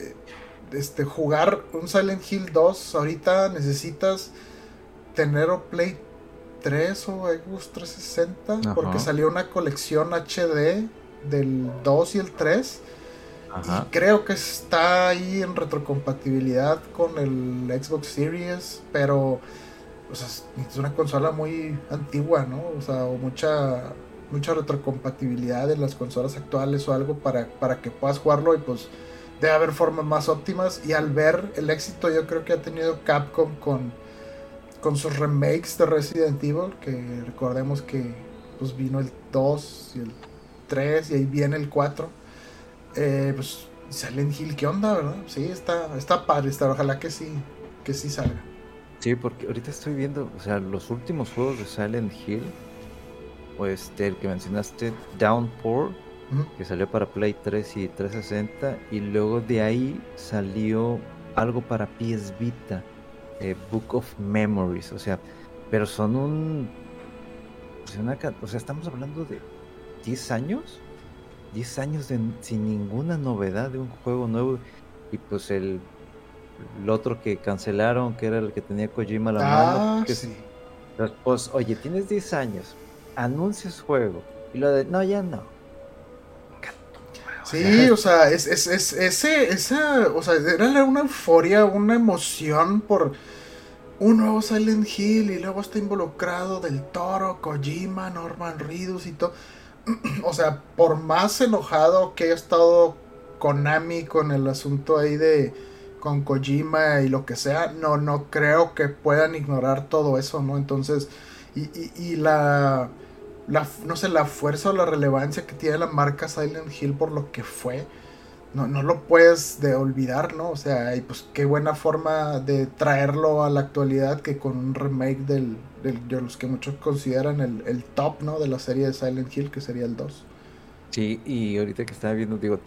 jugar un Silent Hill 2 ahorita necesitas tener o Play 3 o Xbox 360. Ajá. Porque salió una colección HD del 2 y el 3. Ajá. Y creo que está ahí en retrocompatibilidad con el Xbox Series, pero o sea, es una consola muy antigua, ¿no? O sea, o mucha retrocompatibilidad en las consolas actuales o algo para que puedas jugarlo, y pues debe haber formas más óptimas. Y al ver el éxito yo creo que ha tenido Capcom con sus remakes de Resident Evil, que recordemos que pues vino el 2 y el 3 y ahí viene el 4. Pues Silent Hill, ¿qué onda, verdad? Sí, está padre, ojalá que sí salga. Sí, porque ahorita estoy viendo, o sea, los últimos juegos de Silent Hill, o el que mencionaste, Downpour, que salió para Play 3 y 360, y luego de ahí salió algo para PS Vita, Book of Memories, o sea, pero son o sea, estamos hablando de 10 años. 10 años sin ninguna novedad de un juego nuevo. Y pues el otro que cancelaron, que era el que tenía Kojima a la mano. Sí. Pues, oye, tienes 10 años, anuncias juego, y lo de, no, ya no. Sí, o sea, o sea, era una euforia, una emoción por un nuevo Silent Hill, y luego está involucrado Del Toro, Kojima, Norman Reedus y todo. O sea, por más enojado que haya estado Konami con el asunto ahí con Kojima y lo que sea, no creo que puedan ignorar todo eso, ¿no? Entonces, y no sé, la fuerza o la relevancia que tiene la marca Silent Hill por lo que fue, no lo puedes olvidar, ¿no? O sea, y pues qué buena forma de traerlo a la actualidad que con un remake de los que muchos consideran el top, ¿no? De la serie de Silent Hill, que sería el 2. Sí, y ahorita que estaba viendo, digo,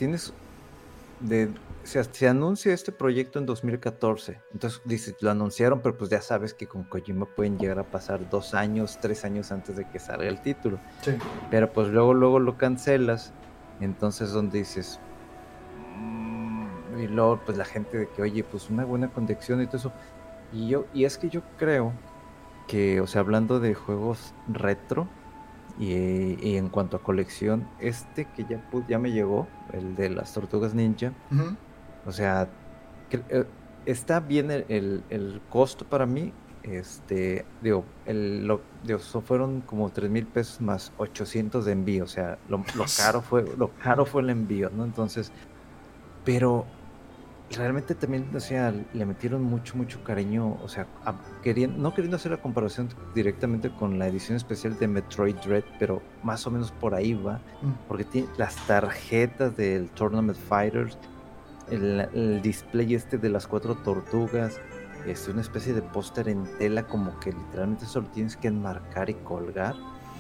se anuncia este proyecto en 2014, entonces dice, lo anunciaron, pero pues ya sabes que con Kojima pueden llegar a pasar 2 años, 3 años antes de que salga el título. Sí. Pero pues luego lo cancelas, entonces donde dices, y luego pues la gente de que, oye, pues una buena conexión y todo eso, y es que yo creo que, o sea, hablando de juegos retro y en cuanto a colección, que ya me llegó, el de las Tortugas Ninja, Uh-huh. o sea, está bien el costo para mí, fueron como 3,000 pesos más 800 de envío, o sea, lo caro fue el envío, ¿no? Entonces, pero realmente también, o sea, le metieron mucho cariño, o sea, no queriendo hacer la comparación directamente con la edición especial de Metroid Dread, pero más o menos por ahí va, porque tiene las tarjetas del Tournament Fighters, el display de las 4 tortugas, una especie de póster en tela, como que literalmente solo tienes que enmarcar y colgar.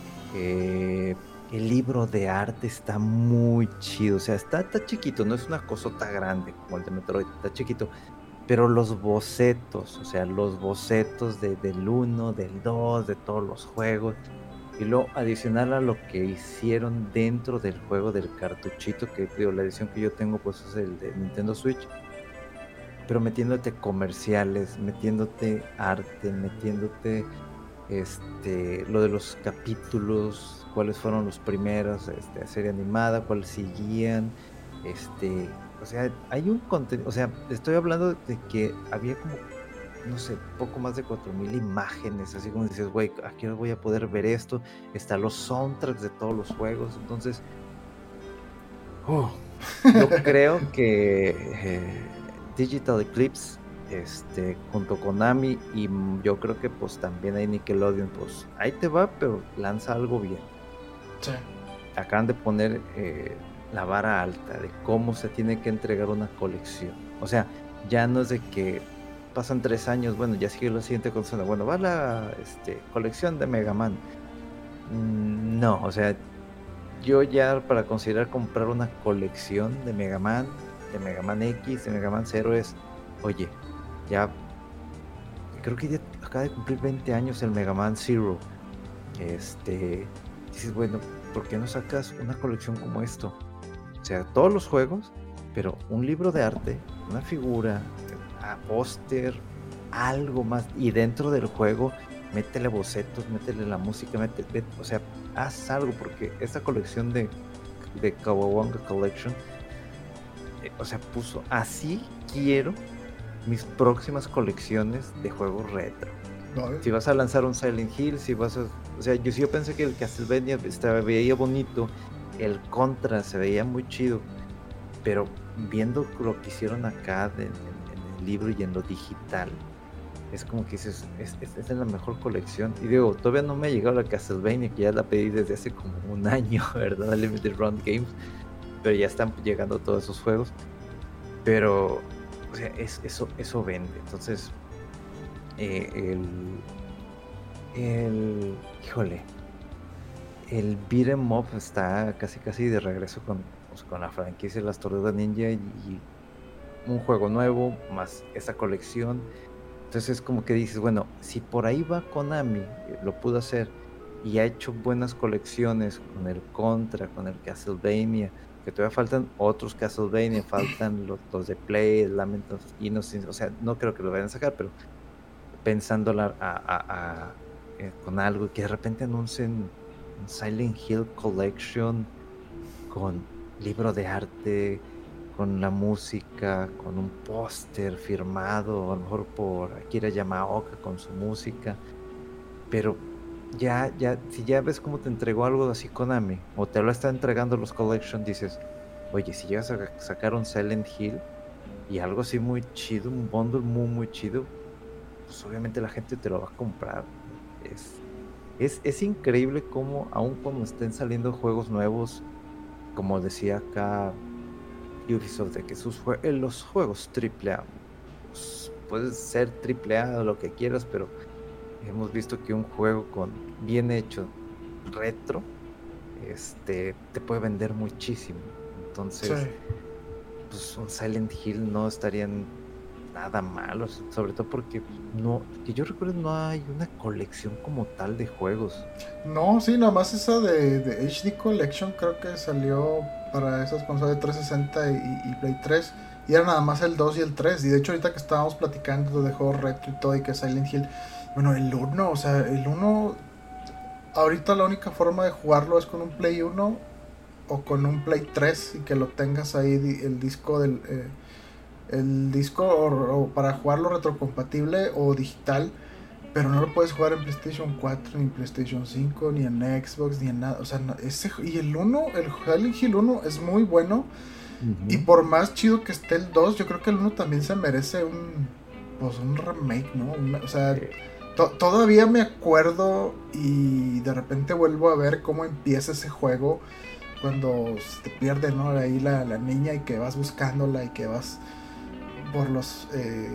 El libro de arte está muy chido, o sea, está chiquito, no es una cosota grande como el de Metroid, está chiquito, pero los bocetos, o sea, los bocetos del 1, del 2, de todos los juegos, y luego adicional a lo que hicieron dentro del juego del cartuchito, que digo, la edición que yo tengo pues es el de Nintendo Switch, pero metiéndote comerciales, metiéndote arte, metiéndote lo de los capítulos, cuáles fueron los primeros, serie animada, cuáles seguían, o sea, hay un contenido, o sea, estoy hablando de que había como, no sé, poco más de 4000 imágenes, así como dices, güey, aquí voy a poder ver esto, están los soundtracks de todos los juegos, entonces, yo creo que Digital Eclipse, junto con Konami, y yo creo que pues también hay Nickelodeon, pues ahí te va, pero lanza algo bien. Sí. Acaban de poner la vara alta de cómo se tiene que entregar una colección. O sea, ya no es de que pasan 3 años, bueno, ya sigue la siguiente consola, bueno, va la colección de Mega Man. No, o sea, yo ya para considerar comprar una colección de Mega Man X, de Mega Man 0 es, oye, ya creo que ya acaba de cumplir 20 años el Mega Man Zero. Dices, bueno, ¿por qué no sacas una colección como esto? O sea, todos los juegos, pero un libro de arte, una figura, póster, algo más, y dentro del juego métele bocetos, métele la música, o sea, haz algo, porque esta colección de Kawabonga Collection, o sea, puso, así quiero mis próximas colecciones de juegos retro. Si vas a lanzar un Silent Hill, o sea, yo pensé que el Castlevania veía bonito, el Contra se veía muy chido, pero viendo lo que hicieron acá en el libro y en lo digital, es como que dices, esta es la mejor colección. Y digo, todavía no me ha llegado la Castlevania, que ya la pedí desde hace como un año, ¿verdad? Limited Run Games, pero ya están llegando todos esos juegos. Pero, o sea, eso vende. Entonces, híjole, el beat'em up está casi de regreso con la franquicia de las Tortugas Ninja y un juego nuevo más esa colección. Entonces es como que dices, bueno, si por ahí va Konami, lo pudo hacer y ha hecho buenas colecciones con el Contra, con el Castlevania, que todavía faltan otros Castlevania, faltan los de Play, Lament of Innocence, o sea, no creo que lo vayan a sacar, pero pensándola con algo, que de repente anuncien un Silent Hill Collection con libro de arte, con la música, con un póster firmado, a lo mejor por Akira Yamaoka con su música, pero si ya ves cómo te entregó algo así Konami, o te lo está entregando los Collection, dices, oye, si llegas a sacar un Silent Hill y algo así muy chido, un bundle muy muy chido, pues obviamente la gente te lo va a comprar. Es increíble cómo, aun cuando estén saliendo juegos nuevos, como decía acá Ubisoft, de que los juegos AAA, pues, puede ser AAA o lo que quieras, pero hemos visto que un juego bien hecho, retro, te puede vender muchísimo. Entonces, sí, pues un Silent Hill no estarían nada malo, sobre todo porque que yo recuerdo, no hay una colección como tal de juegos. No, sí, nada más esa de HD Collection creo que salió para esas consolas de 360 y Play 3, y era nada más el 2 y el 3, y de hecho ahorita que estábamos platicando de juegos retro y todo, y que Silent Hill, bueno, el 1, o sea, el 1, ahorita la única forma de jugarlo es con un Play 1 o con un Play 3, y que lo tengas ahí el disco o para jugarlo retrocompatible o digital, pero no lo puedes jugar en PlayStation 4, ni en PlayStation 5, ni en Xbox, ni en nada. O sea, y el Silent Hill 1 es muy bueno. Uh-huh. Y por más chido que esté el 2, yo creo que el 1 también se merece un remake, ¿no? O sea, todavía me acuerdo y de repente vuelvo a ver cómo empieza ese juego cuando te pierde, ¿no? Ahí la niña, y que vas buscándola y que vas por los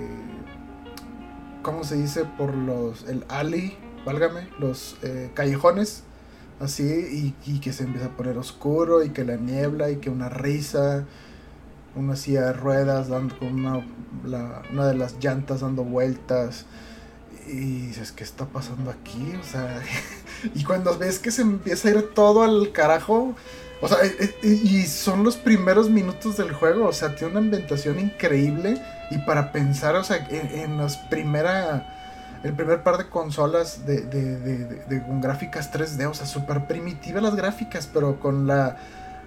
¿cómo se dice? Por el alley, válgame, los callejones, así, y que se empieza a poner oscuro, y que la niebla, y que una risa. una silla de ruedas dando con una de las llantas dando vueltas. Y dices, ¿qué está pasando aquí? O sea, y cuando ves que se empieza a ir todo al carajo, o sea, y son los primeros minutos del juego, o sea, tiene una ambientación increíble. Y para pensar, o sea, en el primer par de consolas con gráficas 3D, o sea, súper primitivas las gráficas, pero con la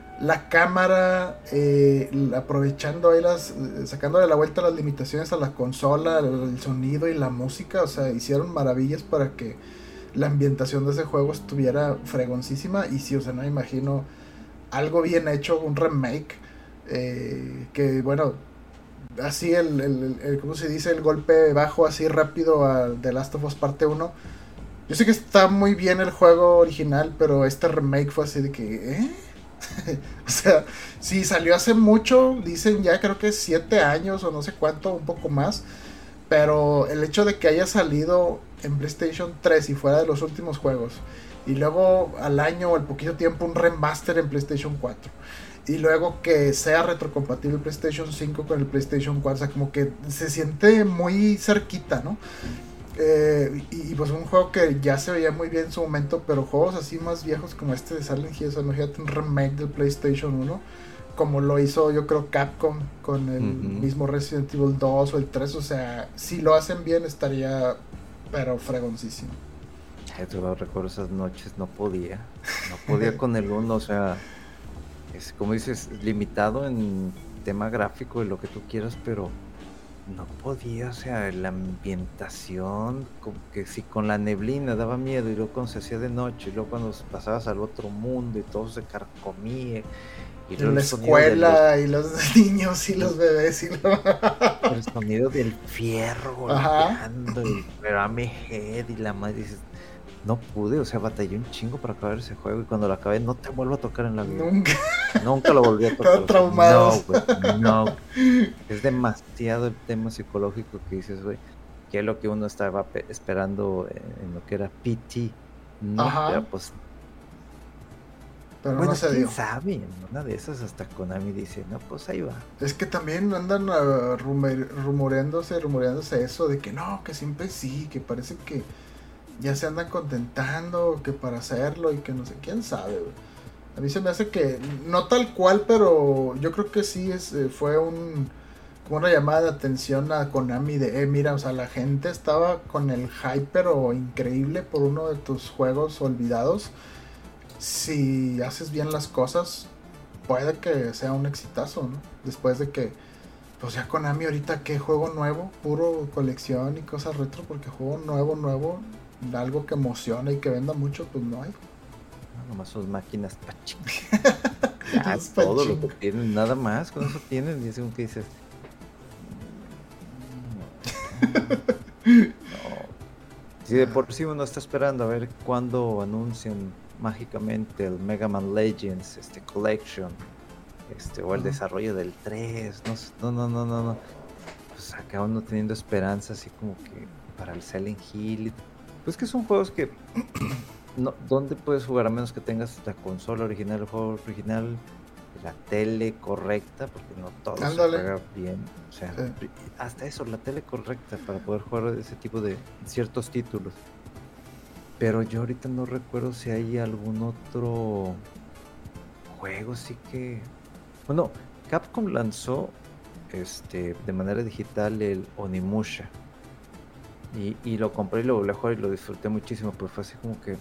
cámara, aprovechando ahí sacándole la vuelta a las limitaciones a la consola, el sonido y la música, o sea, hicieron maravillas para que la ambientación de ese juego estuviera fregoncísima. Y sí, o sea, no me imagino algo bien hecho, un remake, que bueno, así ¿cómo se dice? El golpe bajo así rápido a The Last of Us parte 1. Yo sé que está muy bien el juego original, pero este remake fue así de que, o sea, sí, salió hace mucho, dicen ya creo que 7 años o no sé cuánto, un poco más. Pero el hecho de que haya salido en PlayStation 3 y fuera de los últimos juegos, y luego al año o al poquito tiempo un remaster en PlayStation 4, y luego que sea retrocompatible el PlayStation 5 con el PlayStation 4, o sea, como que se siente muy cerquita, ¿no? Y pues un juego que ya se veía muy bien en su momento, pero juegos así más viejos como este de Silent Hill, o sea, imagínate un remake del PlayStation 1, como lo hizo yo creo Capcom con el mismo Resident Evil 2 o el 3, o sea, si lo hacen bien estaría, pero fregoncísimo. Yo recuerdo esas noches, no podía con el 1, o sea, es como dices, limitado en tema gráfico y lo que tú quieras, pero no podía, o sea, la ambientación, como que si con la neblina daba miedo, y luego cuando se hacía de noche, y luego cuando pasabas al otro mundo y todo se carcomía, y en la escuela y los niños y los bebés y el sonido del fierro golpeando y Pyramid Head y la madre, dices, no pude, o sea, batallé un chingo para acabar ese juego, y cuando lo acabé no te vuelvo a tocar en la vida. Nunca lo volví a tocar. Todo traumado. No, güey, no. Es demasiado el tema psicológico que dices, güey, que es lo que uno estaba esperando en lo que era PT. No, pero pues. Pero bueno, no se quién dio. sabe, una de esas hasta Konami dice, no, pues ahí va. Es que también andan rumoreándose eso de que no, que siempre sí, que parece que ya se andan contentando, que para hacerlo y que no sé, quién sabe, güey. A mí se me hace que, no tal cual, pero yo creo que sí fue como una llamada de atención a Konami de, mira, o sea, la gente estaba con el hype, pero increíble por uno de tus juegos olvidados. Si haces bien las cosas, puede que sea un exitazo, ¿no? Después de que, pues ya Konami ahorita, ¿qué juego nuevo? Puro colección y cosas retro, porque juego nuevo, algo que emociona y que venda mucho, pues no hay. Nomás sus máquinas pachingas. Ya es todo lo que tienen, nada más, con eso tienen, y es como que dices. No. Si de por sí uno está esperando a ver cuándo anuncian mágicamente el Mega Man Legends, Collection, o el desarrollo del 3, no. Pues acá uno teniendo esperanza así como que para el Silent Hill. Pues que son juegos que no, ¿dónde puedes jugar a menos que tengas la consola original, el juego original, la tele correcta? Porque no todo se juega bien. O sea, hasta eso, la tele correcta para poder jugar ese tipo de ciertos títulos. Pero yo ahorita no recuerdo si hay algún otro juego, sí que... Bueno, Capcom lanzó de manera digital el Onimusha. Y lo compré y lo volví a jugar y lo disfruté muchísimo, pero fue así como que...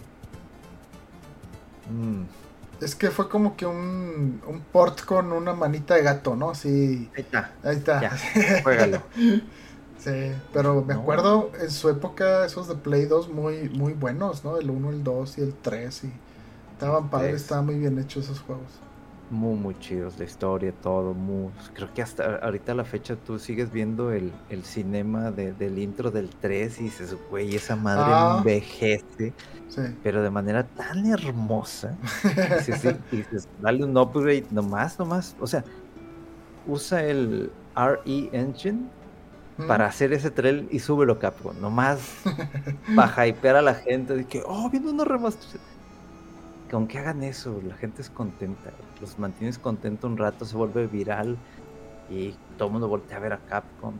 Es que fue como que un port con una manita de gato, ¿no? Sí. Ahí está. Ya, juégalo. Sí, pero me acuerdo en su época esos de Play 2 muy, muy buenos, ¿no? El 1, el 2 y el 3. Y estaban padres, estaban muy bien hechos esos juegos. Muy, muy chidos, la historia, todo. Creo que hasta ahorita a la fecha tú sigues viendo el cinema del intro del 3 y dices, güey, esa madre envejece. Sí. Pero de manera tan hermosa. Dices, dale un upgrade nomás. O sea, usa el RE Engine para hacer ese trail y súbelo, Capcom. Nomás para hypear a la gente de que, viendo una remaster. Que aunque hagan eso, la gente es contenta. Los mantienes contentos un rato, se vuelve viral. y todo el mundo voltea a ver a Capcom.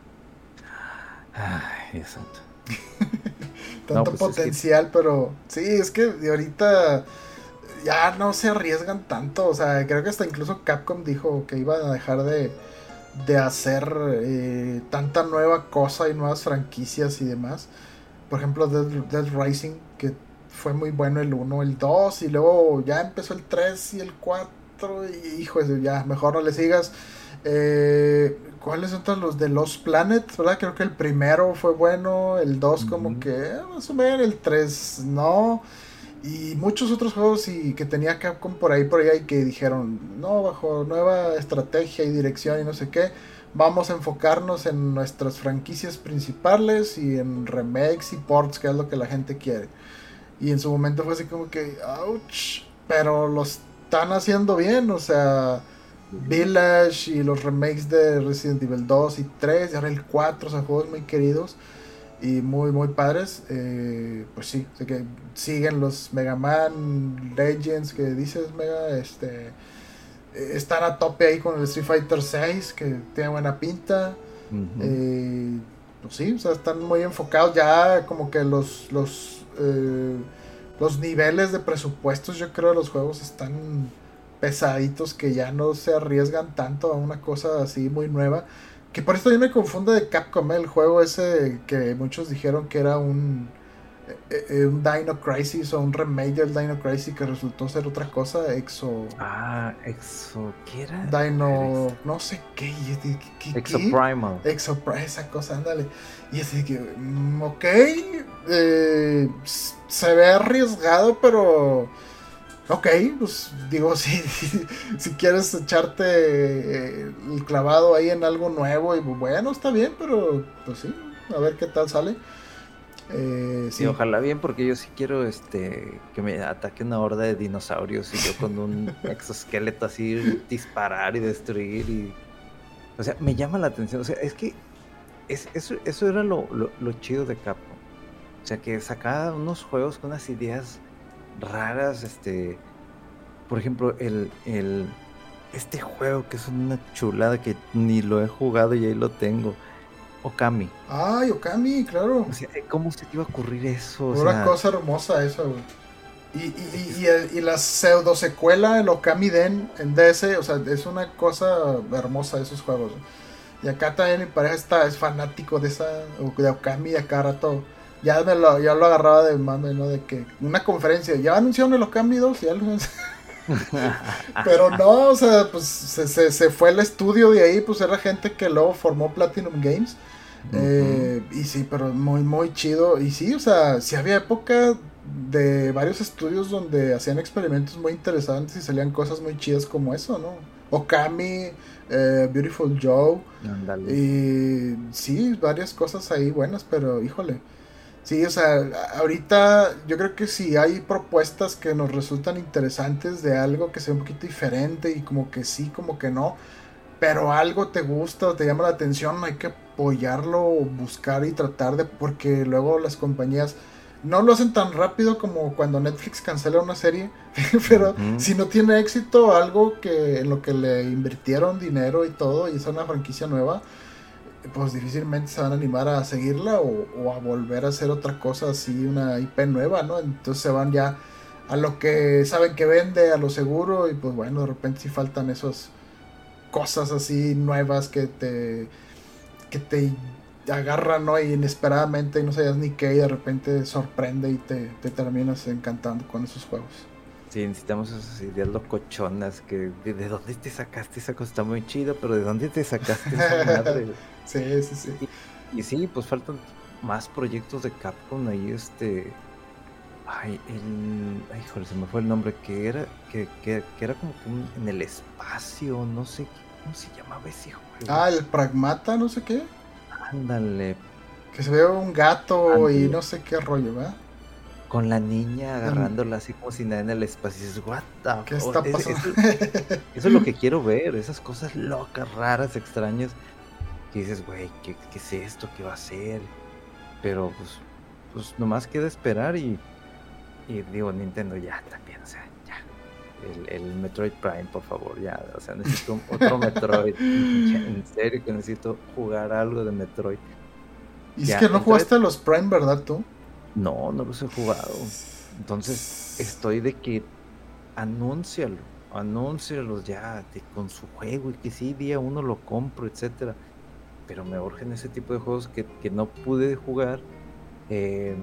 Ay, Dios santo. Tanto pues potencial, pero sí, es que de ahorita ya no se arriesgan tanto. O sea, creo que hasta incluso Capcom dijo que iban a dejar de hacer tanta nueva cosa y nuevas franquicias y demás. Por ejemplo, Dead Rising, que fue muy bueno el 1, el 2, y luego ya empezó el 3 y el 4, y hijo, ya, mejor no le sigas. ¿Cuáles son todos los de Lost Planet? ¿Verdad? Creo que el primero fue bueno, el 2 como que más o menos, el 3 no. Y muchos otros juegos que tenía Capcom por ahí y que dijeron, no, bajo nueva estrategia y dirección y no sé qué, vamos a enfocarnos en nuestras franquicias principales y en remakes y ports, que es lo que la gente quiere. Y en su momento fue así como que, ouch, pero lo están haciendo bien, o sea, Village y los remakes de Resident Evil 2 y 3, y ahora el 4, o sea, juegos muy queridos y muy muy padres. Pues sí, sé que siguen los Mega Man Legends que dices, Mega, están a tope ahí con el Street Fighter 6, que tiene buena pinta. Pues sí, o sea, están muy enfocados ya, como que los niveles de presupuestos, yo creo, de los juegos están pesaditos, que ya no se arriesgan tanto a una cosa así muy nueva. Que por esto yo me confundo de Capcom, el juego ese que muchos dijeron que era un Dino Crisis o un remake del Dino Crisis, que resultó ser otra cosa, ¿qué era? Dino, no sé qué, Exoprimal. Esa cosa, ándale. Y así que, ok, se ve arriesgado, pero ok, pues digo, si quieres echarte el clavado ahí en algo nuevo, y bueno, está bien, pero pues sí, a ver qué tal sale. Sí, ojalá bien, porque yo sí quiero que me ataque una horda de dinosaurios y yo con un exoesqueleto así disparar y destruir. O sea, me llama la atención. O sea, es que eso era lo chido de Capcom. O sea, que sacaba unos juegos con unas ideas raras. Por ejemplo, este juego que es una chulada que ni lo he jugado y ahí lo tengo. Okami. Ay, Okami, claro. O sea, ¿cómo se te iba a ocurrir eso? Una cosa hermosa esa, güey. Y la pseudo secuela, el Okami Den en DS, o sea, es una cosa hermosa esos juegos. Y acá también mi pareja es fanático de Okami, acá rato. Ya lo agarraba de mame, ¿no? De que una conferencia, ya anunciaron el Okami 2, ya lo pero no, o sea, pues se fue el estudio de ahí, pues era gente que luego formó Platinum Games. Y sí, pero muy muy chido. Y sí, o sea, sí había época de varios estudios donde hacían experimentos muy interesantes y salían cosas muy chidas como eso, ¿no? Okami, Beautiful Joe. Andale. Y sí, varias cosas ahí buenas, pero híjole. Sí, o sea, ahorita yo creo que si hay propuestas que nos resultan interesantes de algo que sea un poquito diferente y como que sí, como que no, pero algo te gusta o te llama la atención, hay que apoyarlo, buscar y tratar de, porque luego las compañías no lo hacen tan rápido como cuando Netflix cancela una serie, pero si no tiene éxito, algo que en lo que le invirtieron dinero y todo, y es una franquicia nueva, pues difícilmente se van a animar a seguirla o a volver a hacer otra cosa así, una IP nueva, ¿no? Entonces se van ya a lo que saben que vende, a lo seguro, y pues bueno, de repente sí faltan esas cosas así nuevas que te agarran, ¿no? Y inesperadamente y no sabías ni qué, y de repente sorprende y te terminas encantando con esos juegos. Sí, necesitamos esas ideas locochonas que de dónde te sacaste esa cosa, está muy chido, pero de dónde te sacaste esa madre. Sí. Y sí, pues faltan más proyectos de Capcom ahí, híjole, se me fue el nombre, que era como que en el espacio, no sé cómo se llamaba ese juego. El Pragmata, no sé qué. Ándale. Que se ve un gato y no sé qué rollo, ¿verdad? Con la niña agarrándola así como si nada en el espacio. Y dices, what the fuck? ¿Qué está pasando? Eso es lo que quiero ver, esas cosas locas, raras, extrañas. Que dices, güey, ¿qué es esto? ¿Qué va a ser? Pero pues nomás queda esperar y digo, Nintendo ya también, o sea, ya. el Metroid Prime, por favor, ya, o sea, necesito otro Metroid, ya, en serio que necesito jugar algo de Metroid. Y Ya, es que no entonces, jugaste a los Prime, ¿verdad tú? no los he jugado, entonces estoy de que anúncialos ya con su juego y que sí, día uno lo compro, etcétera, pero me urgen ese tipo de juegos que no pude jugar. eh,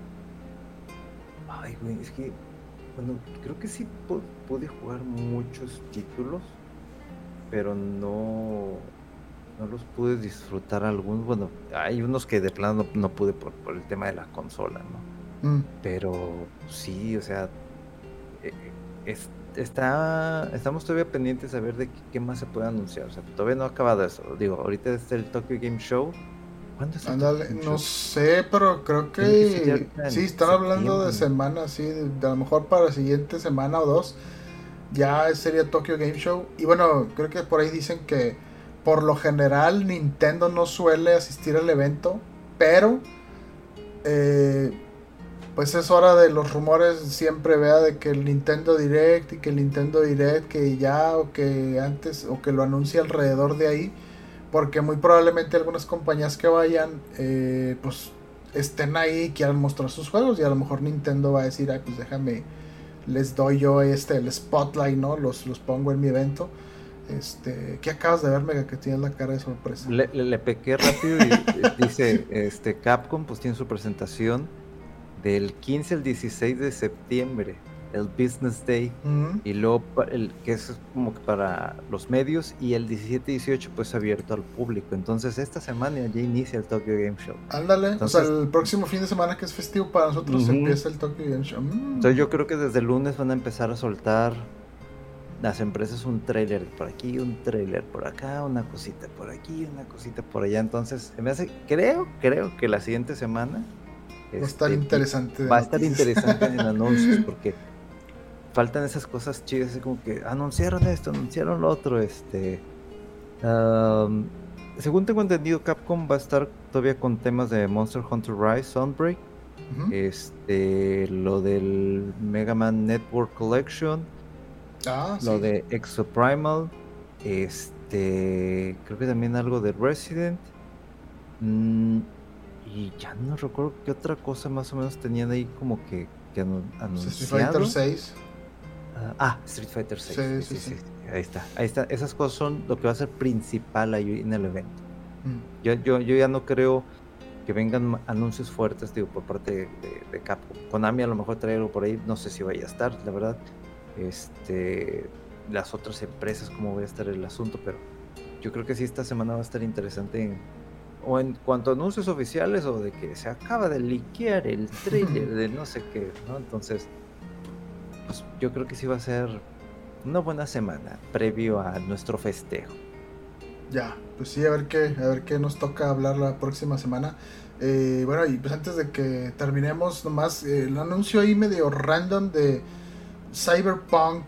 Ay, güey, es que, bueno, creo que sí pude jugar muchos títulos, pero no los pude disfrutar algunos. Bueno, hay unos que de plano no pude por el tema de la consola, ¿no? Mm. Pero sí, o sea, eh, estamos todavía pendientes a ver de qué más se puede anunciar. O sea, todavía no ha acabado eso. Digo, ahorita está el Tokyo Game Show. ¿Cuándo es el Tokyo Ándale, Game no Show? sé, pero creo Tiene que ser ya que ahorita sí, en están hablando de septiembre. semanas, sí, de a lo mejor para la siguiente semana o dos, ya sería Tokyo Game Show. Y bueno, creo que por ahí dicen que por lo general Nintendo no suele asistir al evento, pero eh, pues es hora de los rumores siempre, vea, de que el Nintendo Direct y que el Nintendo Direct que ya o que antes o que lo anuncie alrededor de ahí, porque muy probablemente algunas compañías que vayan pues estén ahí y quieran mostrar sus juegos y a lo mejor Nintendo va a decir, ay, pues déjame, les doy yo el spotlight, ¿no? Los pongo en mi evento. ¿Qué acabas de ver, Mega? Que tienes la cara de sorpresa. Le pequé rápido y dice, Capcom pues tiene su presentación del 15 al 16 de septiembre, el Business Day, Mm. y luego que es como que para los medios, y el 17 y 18 pues abierto al público. Entonces esta semana ya inicia el Tokyo Game Show. Ándale, Entonces, o sea, el próximo fin de semana que es festivo para nosotros uh-huh, empieza el Tokyo Game Show. entonces yo creo que desde el lunes van a empezar a soltar las empresas un tráiler por aquí, un tráiler por acá, una cosita por aquí, una cosita por allá. Entonces creo que la siguiente semana Va a estar interesante. Va a estar interesante en anuncios, porque faltan esas cosas chidas, así como que anunciaron esto, anunciaron lo otro. Según tengo entendido, Capcom va a estar todavía con temas de Monster Hunter Rise, Sunbreak, lo del Mega Man Network Collection, lo de Exoprimal, creo que también algo de Resident. Y ya no recuerdo qué otra cosa más o menos tenían ahí como que anunciado. Street Fighter 6. Street Fighter 6. Sí. Ahí está. Esas cosas son lo que va a ser principal ahí en el evento. Yo ya no creo que vengan anuncios fuertes, digo, por parte de Capcom. Konami a lo mejor trae algo por ahí, no sé si vaya a estar, la verdad. Las otras empresas, cómo va a estar el asunto, pero yo creo que sí, esta semana va a estar interesante o en cuanto a anuncios oficiales, o de que se acaba de liquear el trailer de no sé qué, ¿no? Entonces, pues yo creo que sí va a ser una buena semana previo a nuestro festejo. Ya, pues sí, a ver qué nos toca hablar la próxima semana. Bueno, y pues antes de que terminemos, nomás el anuncio ahí medio random de Cyberpunk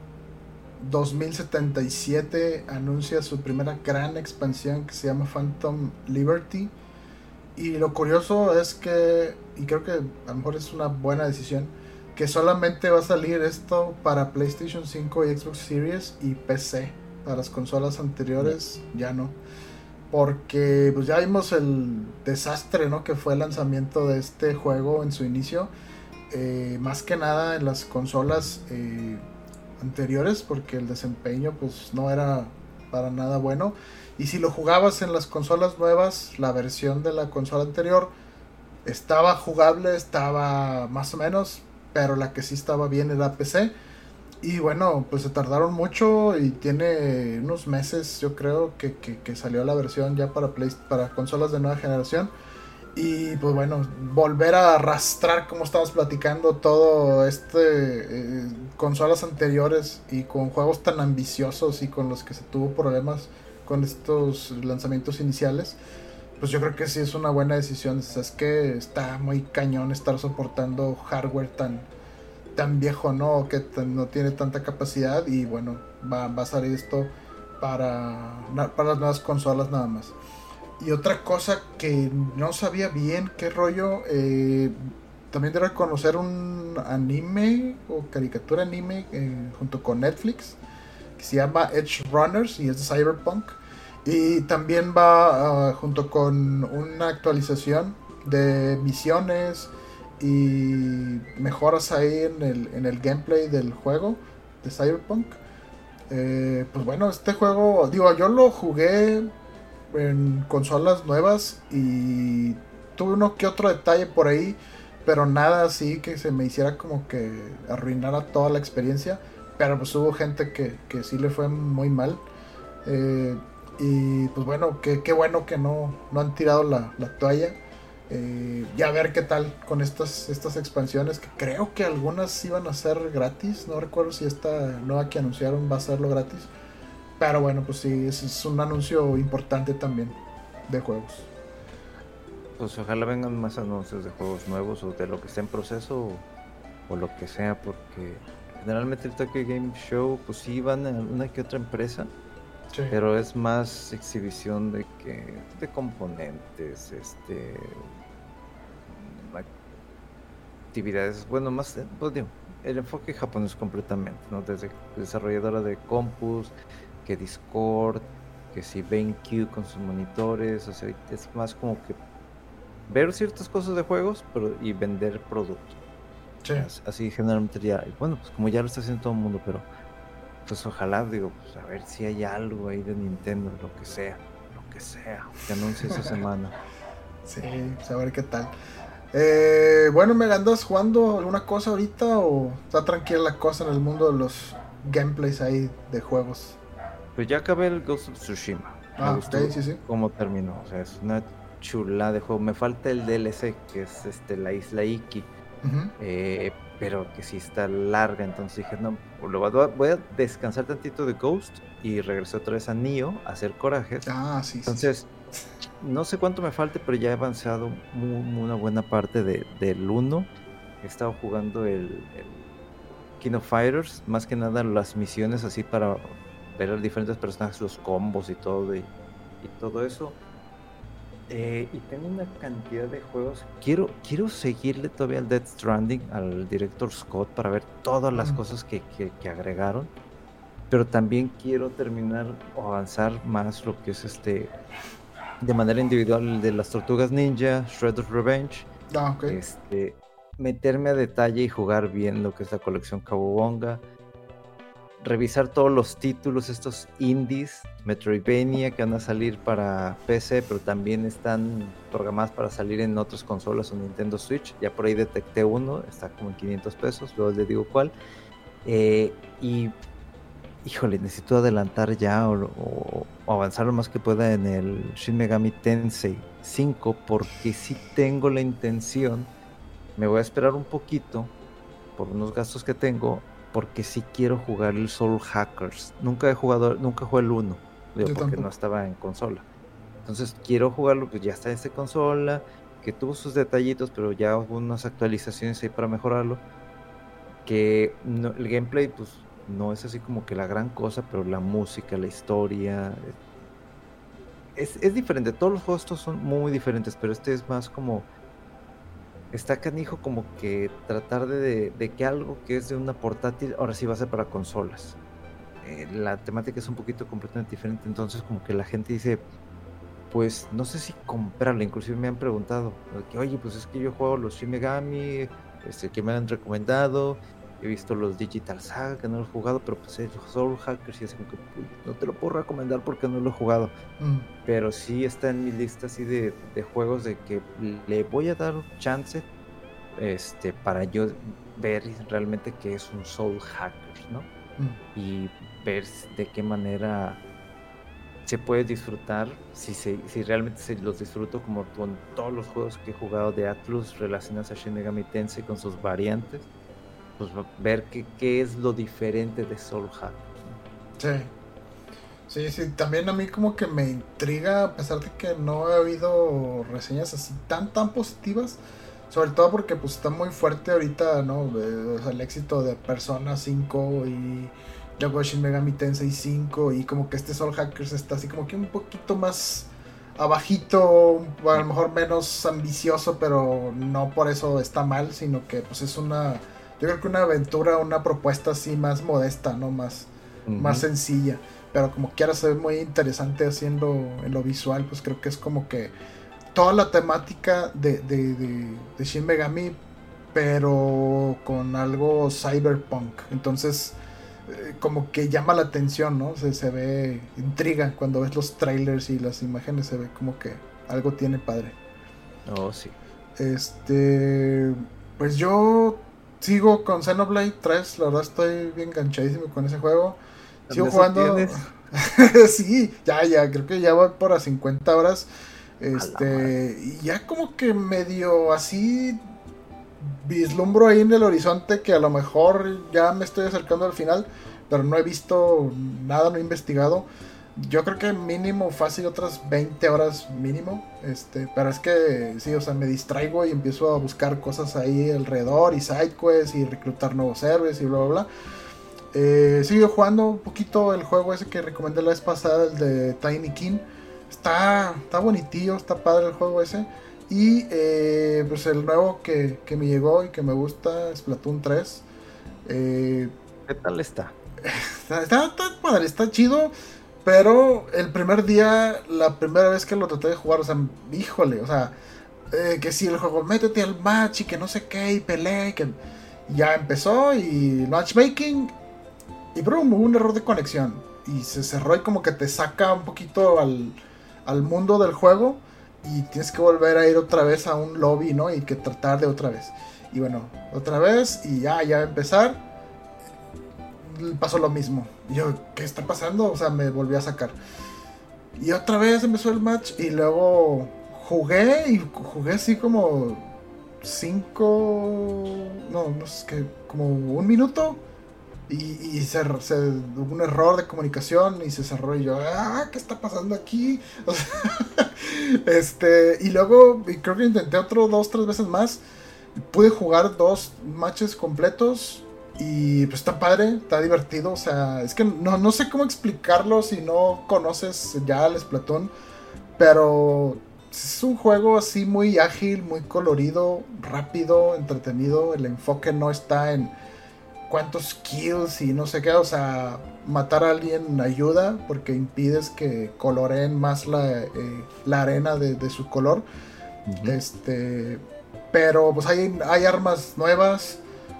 2077 anuncia su primera gran expansión que se llama Phantom Liberty. Y lo curioso es que, y creo que a lo mejor es una buena decisión, que solamente va a salir esto para PlayStation 5 y Xbox Series y PC. Para las consolas anteriores ya no. Porque pues ya vimos el desastre, ¿no?, que fue el lanzamiento de este juego en su inicio. Más que nada en las consolas anteriores, porque el desempeño pues no era para nada bueno. Y si lo jugabas en las consolas nuevas, la versión de la consola anterior estaba jugable, estaba más o menos, pero la que sí estaba bien era PC. Y bueno, pues se tardaron mucho y tiene unos meses, yo creo, que salió la versión ya para consolas de nueva generación. Y pues bueno, volver a arrastrar, como estamos platicando, todo consolas anteriores y con juegos tan ambiciosos y con los que se tuvo problemas con estos lanzamientos iniciales, pues yo creo que sí es una buena decisión. O sea, es que está muy cañón estar soportando hardware tan viejo, ¿no? Que no tiene tanta capacidad. Y bueno, va a salir esto para las nuevas consolas nada más. Y otra cosa que no sabía bien qué rollo, también de reconocer un anime o caricatura anime junto con Netflix que se llama Edge Runners y es de Cyberpunk. Y también va junto con una actualización de misiones y mejoras ahí en el gameplay del juego de Cyberpunk. Pues bueno, este juego, digo, yo lo jugué en consolas nuevas y tuve uno que otro detalle por ahí, pero nada así que se me hiciera como que arruinara toda la experiencia. Pero pues hubo gente que sí le fue muy mal. Y pues bueno, qué bueno que no han tirado la toalla. Y a ver qué tal con estas expansiones, que creo que algunas iban a ser gratis. No recuerdo si esta nueva que anunciaron va a serlo gratis. Pero bueno, pues sí, es un anuncio importante también de juegos. Pues ojalá vengan más anuncios de juegos nuevos o de lo que esté en proceso o lo que sea, porque generalmente el Tokyo Game Show pues sí van a una que otra empresa, sí, pero es más exhibición de componentes, actividades, bueno, más pues digo, el enfoque japonés completamente, ¿no? Desde desarrolladora de compus, que Discord, que si BenQ con sus monitores, o sea, es más como que ver ciertas cosas de juegos y vender productos. Sí. Así generalmente ya, bueno, pues como ya lo está haciendo todo el mundo, pero pues ojalá, digo, pues a ver si hay algo ahí de Nintendo, lo que sea, que anuncie esa semana. Sí, pues a ver qué tal. Bueno, ¿me andas jugando alguna cosa ahorita o está tranquila la cosa en el mundo de los gameplays ahí de juegos? Pues ya acabé el Ghost of Tsushima. Me gustó sí. Cómo terminó, o sea, es una chula de juego. Me falta el DLC, que es la isla Iki. Uh-huh. Pero que sí está larga, entonces dije, no, voy a descansar tantito de Ghost y regresé otra vez a Nioh a hacer corajes. Sí. Entonces, no sé cuánto me falte, pero ya he avanzado una buena parte del 1. He estado jugando el King of Fighters, más que nada las misiones así para ver a los diferentes personajes, los combos y todo, y todo eso. Y tengo una cantidad de juegos. Quiero seguirle todavía al Death Stranding, al director Scott, para ver todas las cosas que agregaron. Pero también quiero terminar o avanzar más lo que es de manera individual de las Tortugas Ninja, Shredder's Revenge. Okay. Meterme a detalle y jugar bien lo que es la colección Cowabunga. Revisar todos los títulos, estos indies, Metroidvania, que van a salir para PC, pero también están programadas para salir en otras consolas o Nintendo Switch. Ya por ahí detecté uno, está como en $500, luego les digo cuál. Y, híjole, necesito adelantar ya o avanzar lo más que pueda en el Shin Megami Tensei 5, porque sí tengo la intención, me voy a esperar un poquito por unos gastos que tengo, porque sí quiero jugar el Soul Hackers. Nunca jugué el 1, porque no estaba en consola. Entonces quiero jugarlo, pues ya está en esta consola, que tuvo sus detallitos, pero ya hubo unas actualizaciones ahí para mejorarlo. Que no, el gameplay, pues no es así como que la gran cosa, pero la música, la historia, es diferente. Todos los juegos estos son muy diferentes, pero este es más como... Está canijo como que tratar de que algo que es de una portátil ahora sí va a ser para consolas. La temática es un poquito completamente diferente, entonces como que la gente dice, pues no sé si comprarla. Inclusive me han preguntado que, oye, pues es que yo juego los Shin Megami, que me han recomendado, he visto los Digital Saga que no lo he jugado, pero pues los Soul Hackers y así como que no te lo puedo recomendar porque no lo he jugado. Pero sí está en mi lista así de juegos de que le voy a dar chance para yo ver realmente qué es un Soul Hacker, ¿no? Y ver de qué manera se puede disfrutar, si realmente se los disfruto como con todos los juegos que he jugado de Atlus relacionados a Shin Megami Tensei con sus variantes, pues ver qué es lo diferente de Soul Hacker, ¿no? Sí, también a mí como que me intriga, a pesar de que no he oído reseñas así tan positivas, sobre todo porque pues está muy fuerte ahorita, ¿no? O sea, el éxito de Persona 5 y luego Shin Megami Tensei 5 y como que Soul Hackers está así como que un poquito más abajito, a lo mejor menos ambicioso, pero no por eso está mal, sino que pues es una, yo creo que una aventura, una propuesta así más modesta, ¿no? Más sencilla, pero como quiera se ve muy interesante haciendo en lo visual, pues creo que es como que toda la temática de Shin Megami, pero con algo cyberpunk, entonces como que llama la atención, ¿no? Se ve intriga cuando ves los trailers y las imágenes, se ve como que algo tiene padre. Oh, sí. Pues yo sigo con Xenoblade 3, la verdad estoy bien enganchadísimo con ese juego. Sigo jugando. Sí, ya, creo que ya voy por a 50 horas. Y ya como que medio así vislumbro ahí en el horizonte que a lo mejor ya me estoy acercando al final, pero no he visto nada, no he investigado. Yo creo que mínimo fácil otras 20 horas mínimo, pero es que sí, o sea, me distraigo y empiezo a buscar cosas ahí alrededor y sidequests y reclutar nuevos héroes y bla bla bla. Sigo jugando un poquito el juego ese que recomendé la vez pasada, el de Tiny King. Está bonitillo, está padre el juego ese. Y pues el nuevo que me llegó y que me gusta es Splatoon 3. ¿Qué tal está? Está padre, está chido. Pero el primer día, la primera vez que lo traté de jugar, o sea, híjole, o sea, que si el juego, métete al match y que no sé qué, y pelea, y que ya empezó, y matchmaking, y brum, hubo un error de conexión, y se cerró y como que te saca un poquito al mundo del juego, y tienes que volver a ir otra vez a un lobby, ¿no? Y que tratar de otra vez. Y bueno, otra vez, y ya va a empezar. Pasó lo mismo. Y yo, ¿qué está pasando? O sea, me volví a sacar. Y otra vez empezó el match. Y luego jugué así como 5... No sé qué, como un minuto. Y hubo un error de comunicación y se cerró. Y yo, ¿qué está pasando aquí? O sea, y luego creo que intenté otro 2-3 veces más. Pude jugar 2 matches completos. Y pues está padre, está divertido. O sea, es que no sé cómo explicarlo si no conoces ya el Splatoon. Pero es un juego así muy ágil, muy colorido, rápido, entretenido. El enfoque no está en cuántos kills y no sé qué. O sea, matar a alguien ayuda porque impides que coloreen más la arena de su color. Pero pues hay armas nuevas.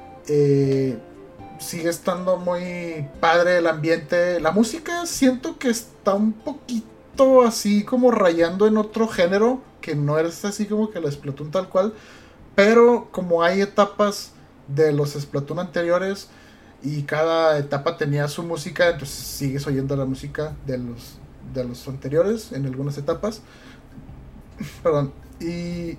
Sigue estando muy padre el ambiente. La música siento que está un poquito así como rayando en otro género, que no es así como que la Splatoon tal cual, pero como hay etapas de los Splatoon anteriores y cada etapa tenía su música, entonces sigues oyendo la música de los anteriores en algunas etapas. Perdón. Y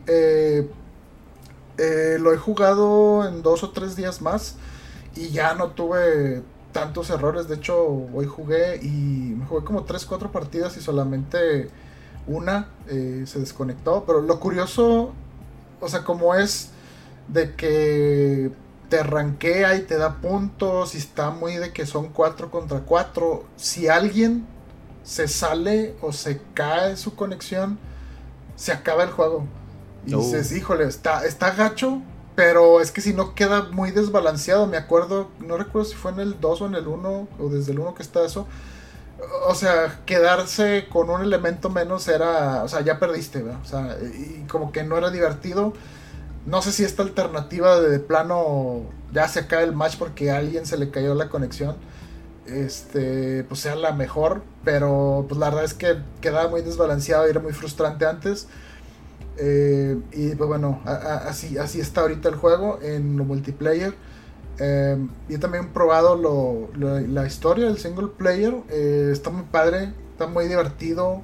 lo he jugado en 2 o 3 días más y ya no tuve tantos errores. De hecho, hoy jugué y me jugué como 3-4 partidas y solamente una se desconectó. Pero lo curioso, o sea, como es de que te rankea y te da puntos y está muy de que son 4 contra 4. Si alguien se sale o se cae su conexión, se acaba el juego. Y dices, híjole, está gacho, pero es que si no queda muy desbalanceado. Me acuerdo, no recuerdo si fue en el 2 o en el 1, o desde el 1 que está eso. O sea, quedarse con un elemento menos era, o sea, ya perdiste, ¿verdad? O sea, y como que no era divertido. No sé si esta alternativa de plano ya se acaba el match porque a alguien se le cayó la conexión, pues sea la mejor, pero pues la verdad es que quedaba muy desbalanceado y era muy frustrante antes. Y pues bueno, así está ahorita el juego en lo multiplayer. Yo también he probado la historia, el single player. Está muy padre, está muy divertido,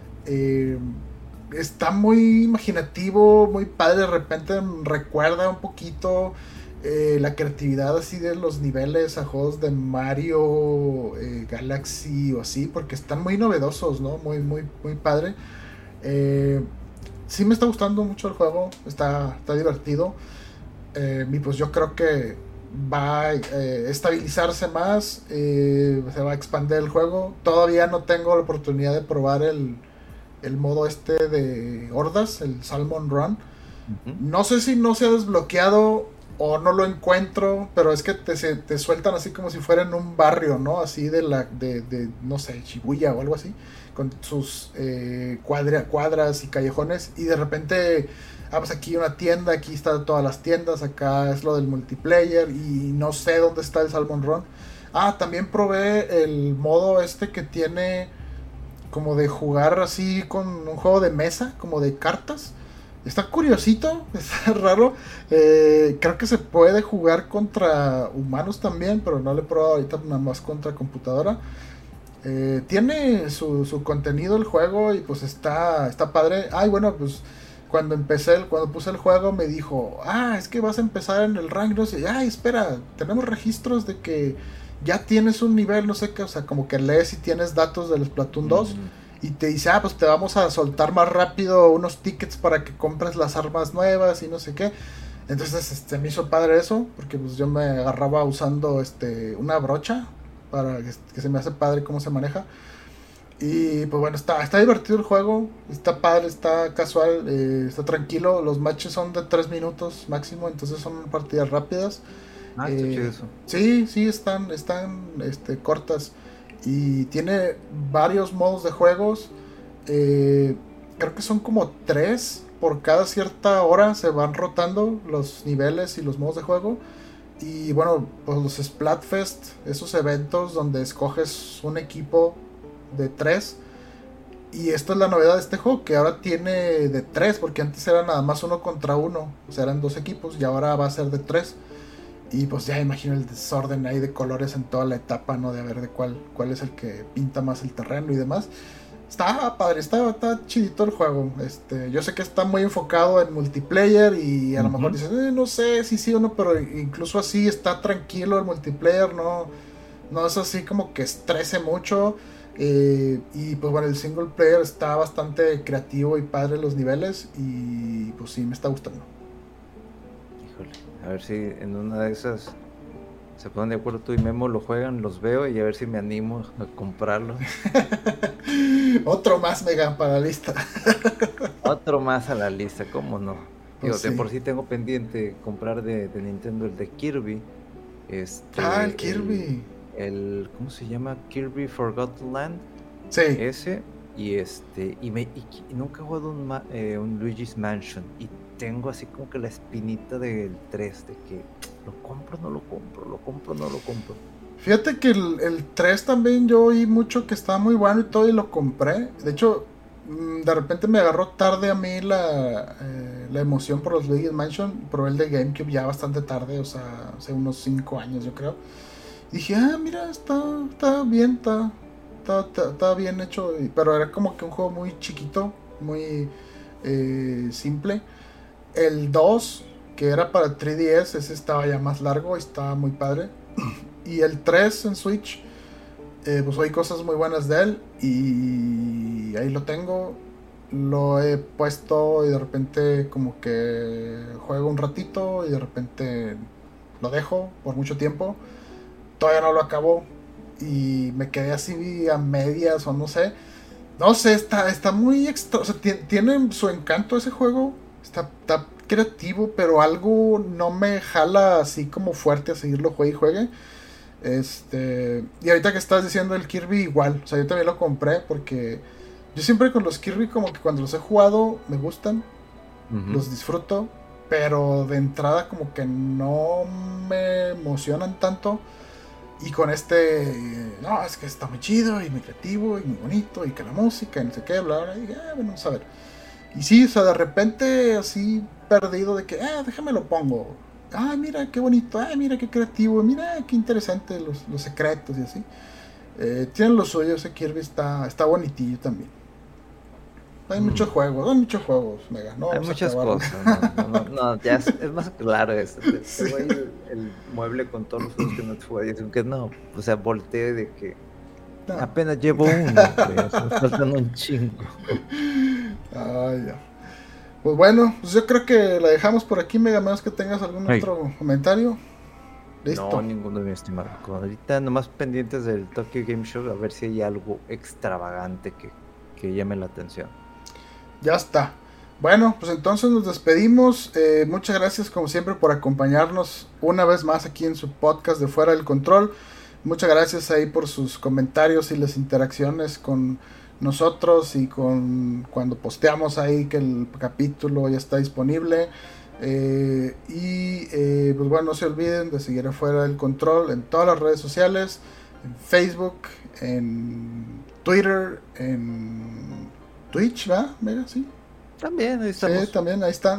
está muy imaginativo, muy padre. De repente recuerda un poquito la creatividad así de los niveles a juegos de Mario, Galaxy o así, porque están muy novedosos, ¿no? Muy, muy, muy padre. Sí me está gustando mucho el juego, está divertido. Y pues yo creo que va a estabilizarse más, se va a expandir el juego. Todavía no tengo la oportunidad de probar el el modo este de hordas, el Salmon Run. Ujú. No sé si no se ha desbloqueado o no lo encuentro, pero es que te sueltan así como si fuera en un barrio, ¿no? Así de no sé, Shibuya o algo así, con sus cuadras y callejones, y de repente, pues aquí una tienda, aquí están todas las tiendas, acá es lo del multiplayer, y no sé dónde está el Salmon Run. También probé el modo este que tiene como de jugar así con un juego de mesa, como de cartas. Está curiosito, está raro. Creo que se puede jugar contra humanos también, pero no lo he probado ahorita, nada más contra computadora. Tiene su contenido el juego y pues está padre. Bueno, pues cuando puse el juego me dijo, es que vas a empezar en el rank, no sé. Espera, tenemos registros de que ya tienes un nivel, no sé qué, o sea, como que lees y tienes datos del Splatoon 2 y te dice, pues te vamos a soltar más rápido unos tickets para que compres las armas nuevas y no sé qué. Entonces me hizo padre eso, porque pues yo me agarraba usando una brocha para que se me hace padre cómo se maneja. Y pues bueno, está divertido el juego, está padre, está casual, está tranquilo. Los matches son de 3 minutos máximo, entonces son partidas rápidas. Está chido eso. Sí, están cortas. Y tiene varios modos de juegos. Creo que son como 3 por cada cierta hora. Se van rotando los niveles y los modos de juego. Y bueno, pues los Splatfest, esos eventos donde escoges un equipo de 3. Y esta es la novedad de este juego, que ahora tiene de 3, porque antes era nada más 1 contra 1. O sea, eran 2 equipos y ahora va a ser de 3. Y pues ya imagino el desorden ahí de colores en toda la etapa, ¿no? De a ver de cuál es el que pinta más el terreno y demás. Está padre, está chidito el juego. Yo sé que está muy enfocado en multiplayer y a lo mejor dices, no sé si sí o no, pero incluso así está tranquilo el multiplayer, no es así como que estrese mucho. Y pues bueno, el single player está bastante creativo y padre los niveles y pues sí, me está gustando. Híjole, a ver si en una de esas se ponen de acuerdo tú y Memo, lo juegan, los veo y a ver si me animo a comprarlo. Otro más Mega para la lista. Otro más a la lista, ¿cómo no? Pues De sí. por sí tengo pendiente comprar de Nintendo el de Kirby. El Kirby. ¿Cómo se llama? Kirby Forgotten Land. Sí. Ese. Y y nunca he jugado un Luigi's Mansion. Y tengo así como que la espinita del 3 de que lo compro, no lo compro, lo compro, no lo compro. Fíjate que el 3 también yo oí mucho que estaba muy bueno y todo y lo compré. De hecho, de repente me agarró tarde a mí la emoción por los Luigi's Mansion. Probé el de GameCube ya bastante tarde, o sea, hace unos 5 años yo creo. Y dije, mira, está bien, está bien hecho. Pero era como que un juego muy chiquito, muy simple. El 2, que era para 3DS, ese estaba ya más largo y estaba muy padre. Y el 3 en Switch, pues hay cosas muy buenas de él. Y ahí lo tengo. Lo he puesto y de repente como que juego un ratito y de repente lo dejo por mucho tiempo. Todavía no lo acabo. Y me quedé así a medias o no sé. No sé, está muy extra. O sea, tiene su encanto ese juego. Está creativo, pero algo no me jala así como fuerte a seguirlo juegue y juegue. Y ahorita que estás diciendo el Kirby, igual. O sea, yo también lo compré porque yo siempre con los Kirby, como que cuando los he jugado, me gustan, los disfruto, pero de entrada, como que no me emocionan tanto. Y con no, es que está muy chido y muy creativo y muy bonito y que la música y no sé qué, bla, bla, y bueno, vamos a ver. Y sí, o sea, de repente así perdido de que, déjame lo pongo. Mira qué bonito, mira qué creativo, mira qué interesante los secretos y así. Tienen lo suyo, ese Kirby está bonitillo también. Hay muchos juegos, Mega. No, hay muchas cosas. No, ya es más claro eso. Sí. Tengo ahí el mueble con todos los juegos que no te jugué. Y que no, o sea, volteé de que No. apenas llevo uno, me faltan un chingo. Ya. Pues bueno, pues yo creo que la dejamos por aquí, Mega, menos que tengas algún otro comentario. Listo. No, ninguno, mi estimado. Ahorita nomás pendientes del Tokyo Game Show a ver si hay algo extravagante que llame la atención. Ya está. Bueno, pues entonces nos despedimos. Muchas gracias como siempre por acompañarnos una vez más aquí en su podcast de Fuera del Control. Muchas gracias ahí por sus comentarios y las interacciones con nosotros y con cuando posteamos ahí que el capítulo ya está disponible. Pues bueno, no se olviden de seguir a Fuera del Control en todas las redes sociales, en Facebook, en Twitter, en Twitch, ¿va? Mega, sí. También, ahí estamos. Sí, también, ahí están.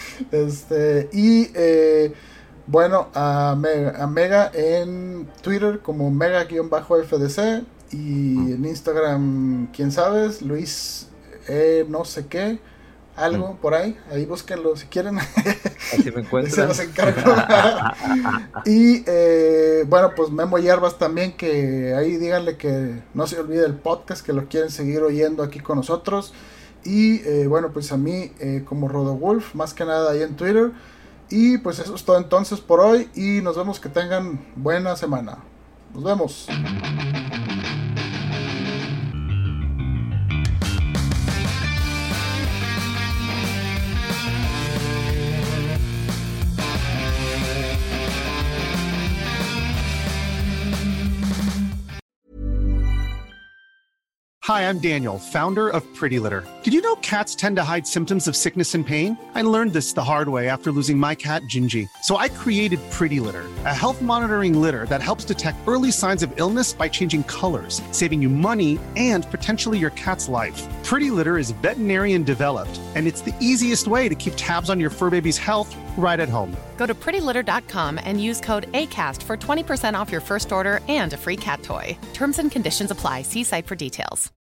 Bueno, a Mega en Twitter como Mega-FDC y en Instagram, quién sabe, Luis no sé qué, algo por ahí búsquenlo si quieren. Así me encuentran. Se los encargo. Y bueno, pues Memo Hierbas también, que ahí díganle que no se olvide el podcast, que lo quieren seguir oyendo aquí con nosotros. Y bueno, pues a mí como Rodowulf, más que nada ahí en Twitter. Y pues eso es todo entonces por hoy. Y nos vemos, que tengan buena semana. Nos vemos. Hi, I'm Daniel, founder of Pretty Litter. Did you know cats tend to hide symptoms of sickness and pain? I learned this the hard way after losing my cat, Gingy. So I created Pretty Litter, a health monitoring litter that helps detect early signs of illness by changing colors, saving you money and potentially your cat's life. Pretty Litter is veterinarian developed, and it's the easiest way to keep tabs on your fur baby's health right at home. Go to prettylitter.com and use code ACAST for 20% off your first order and a free cat toy. Terms and conditions apply. See site for details.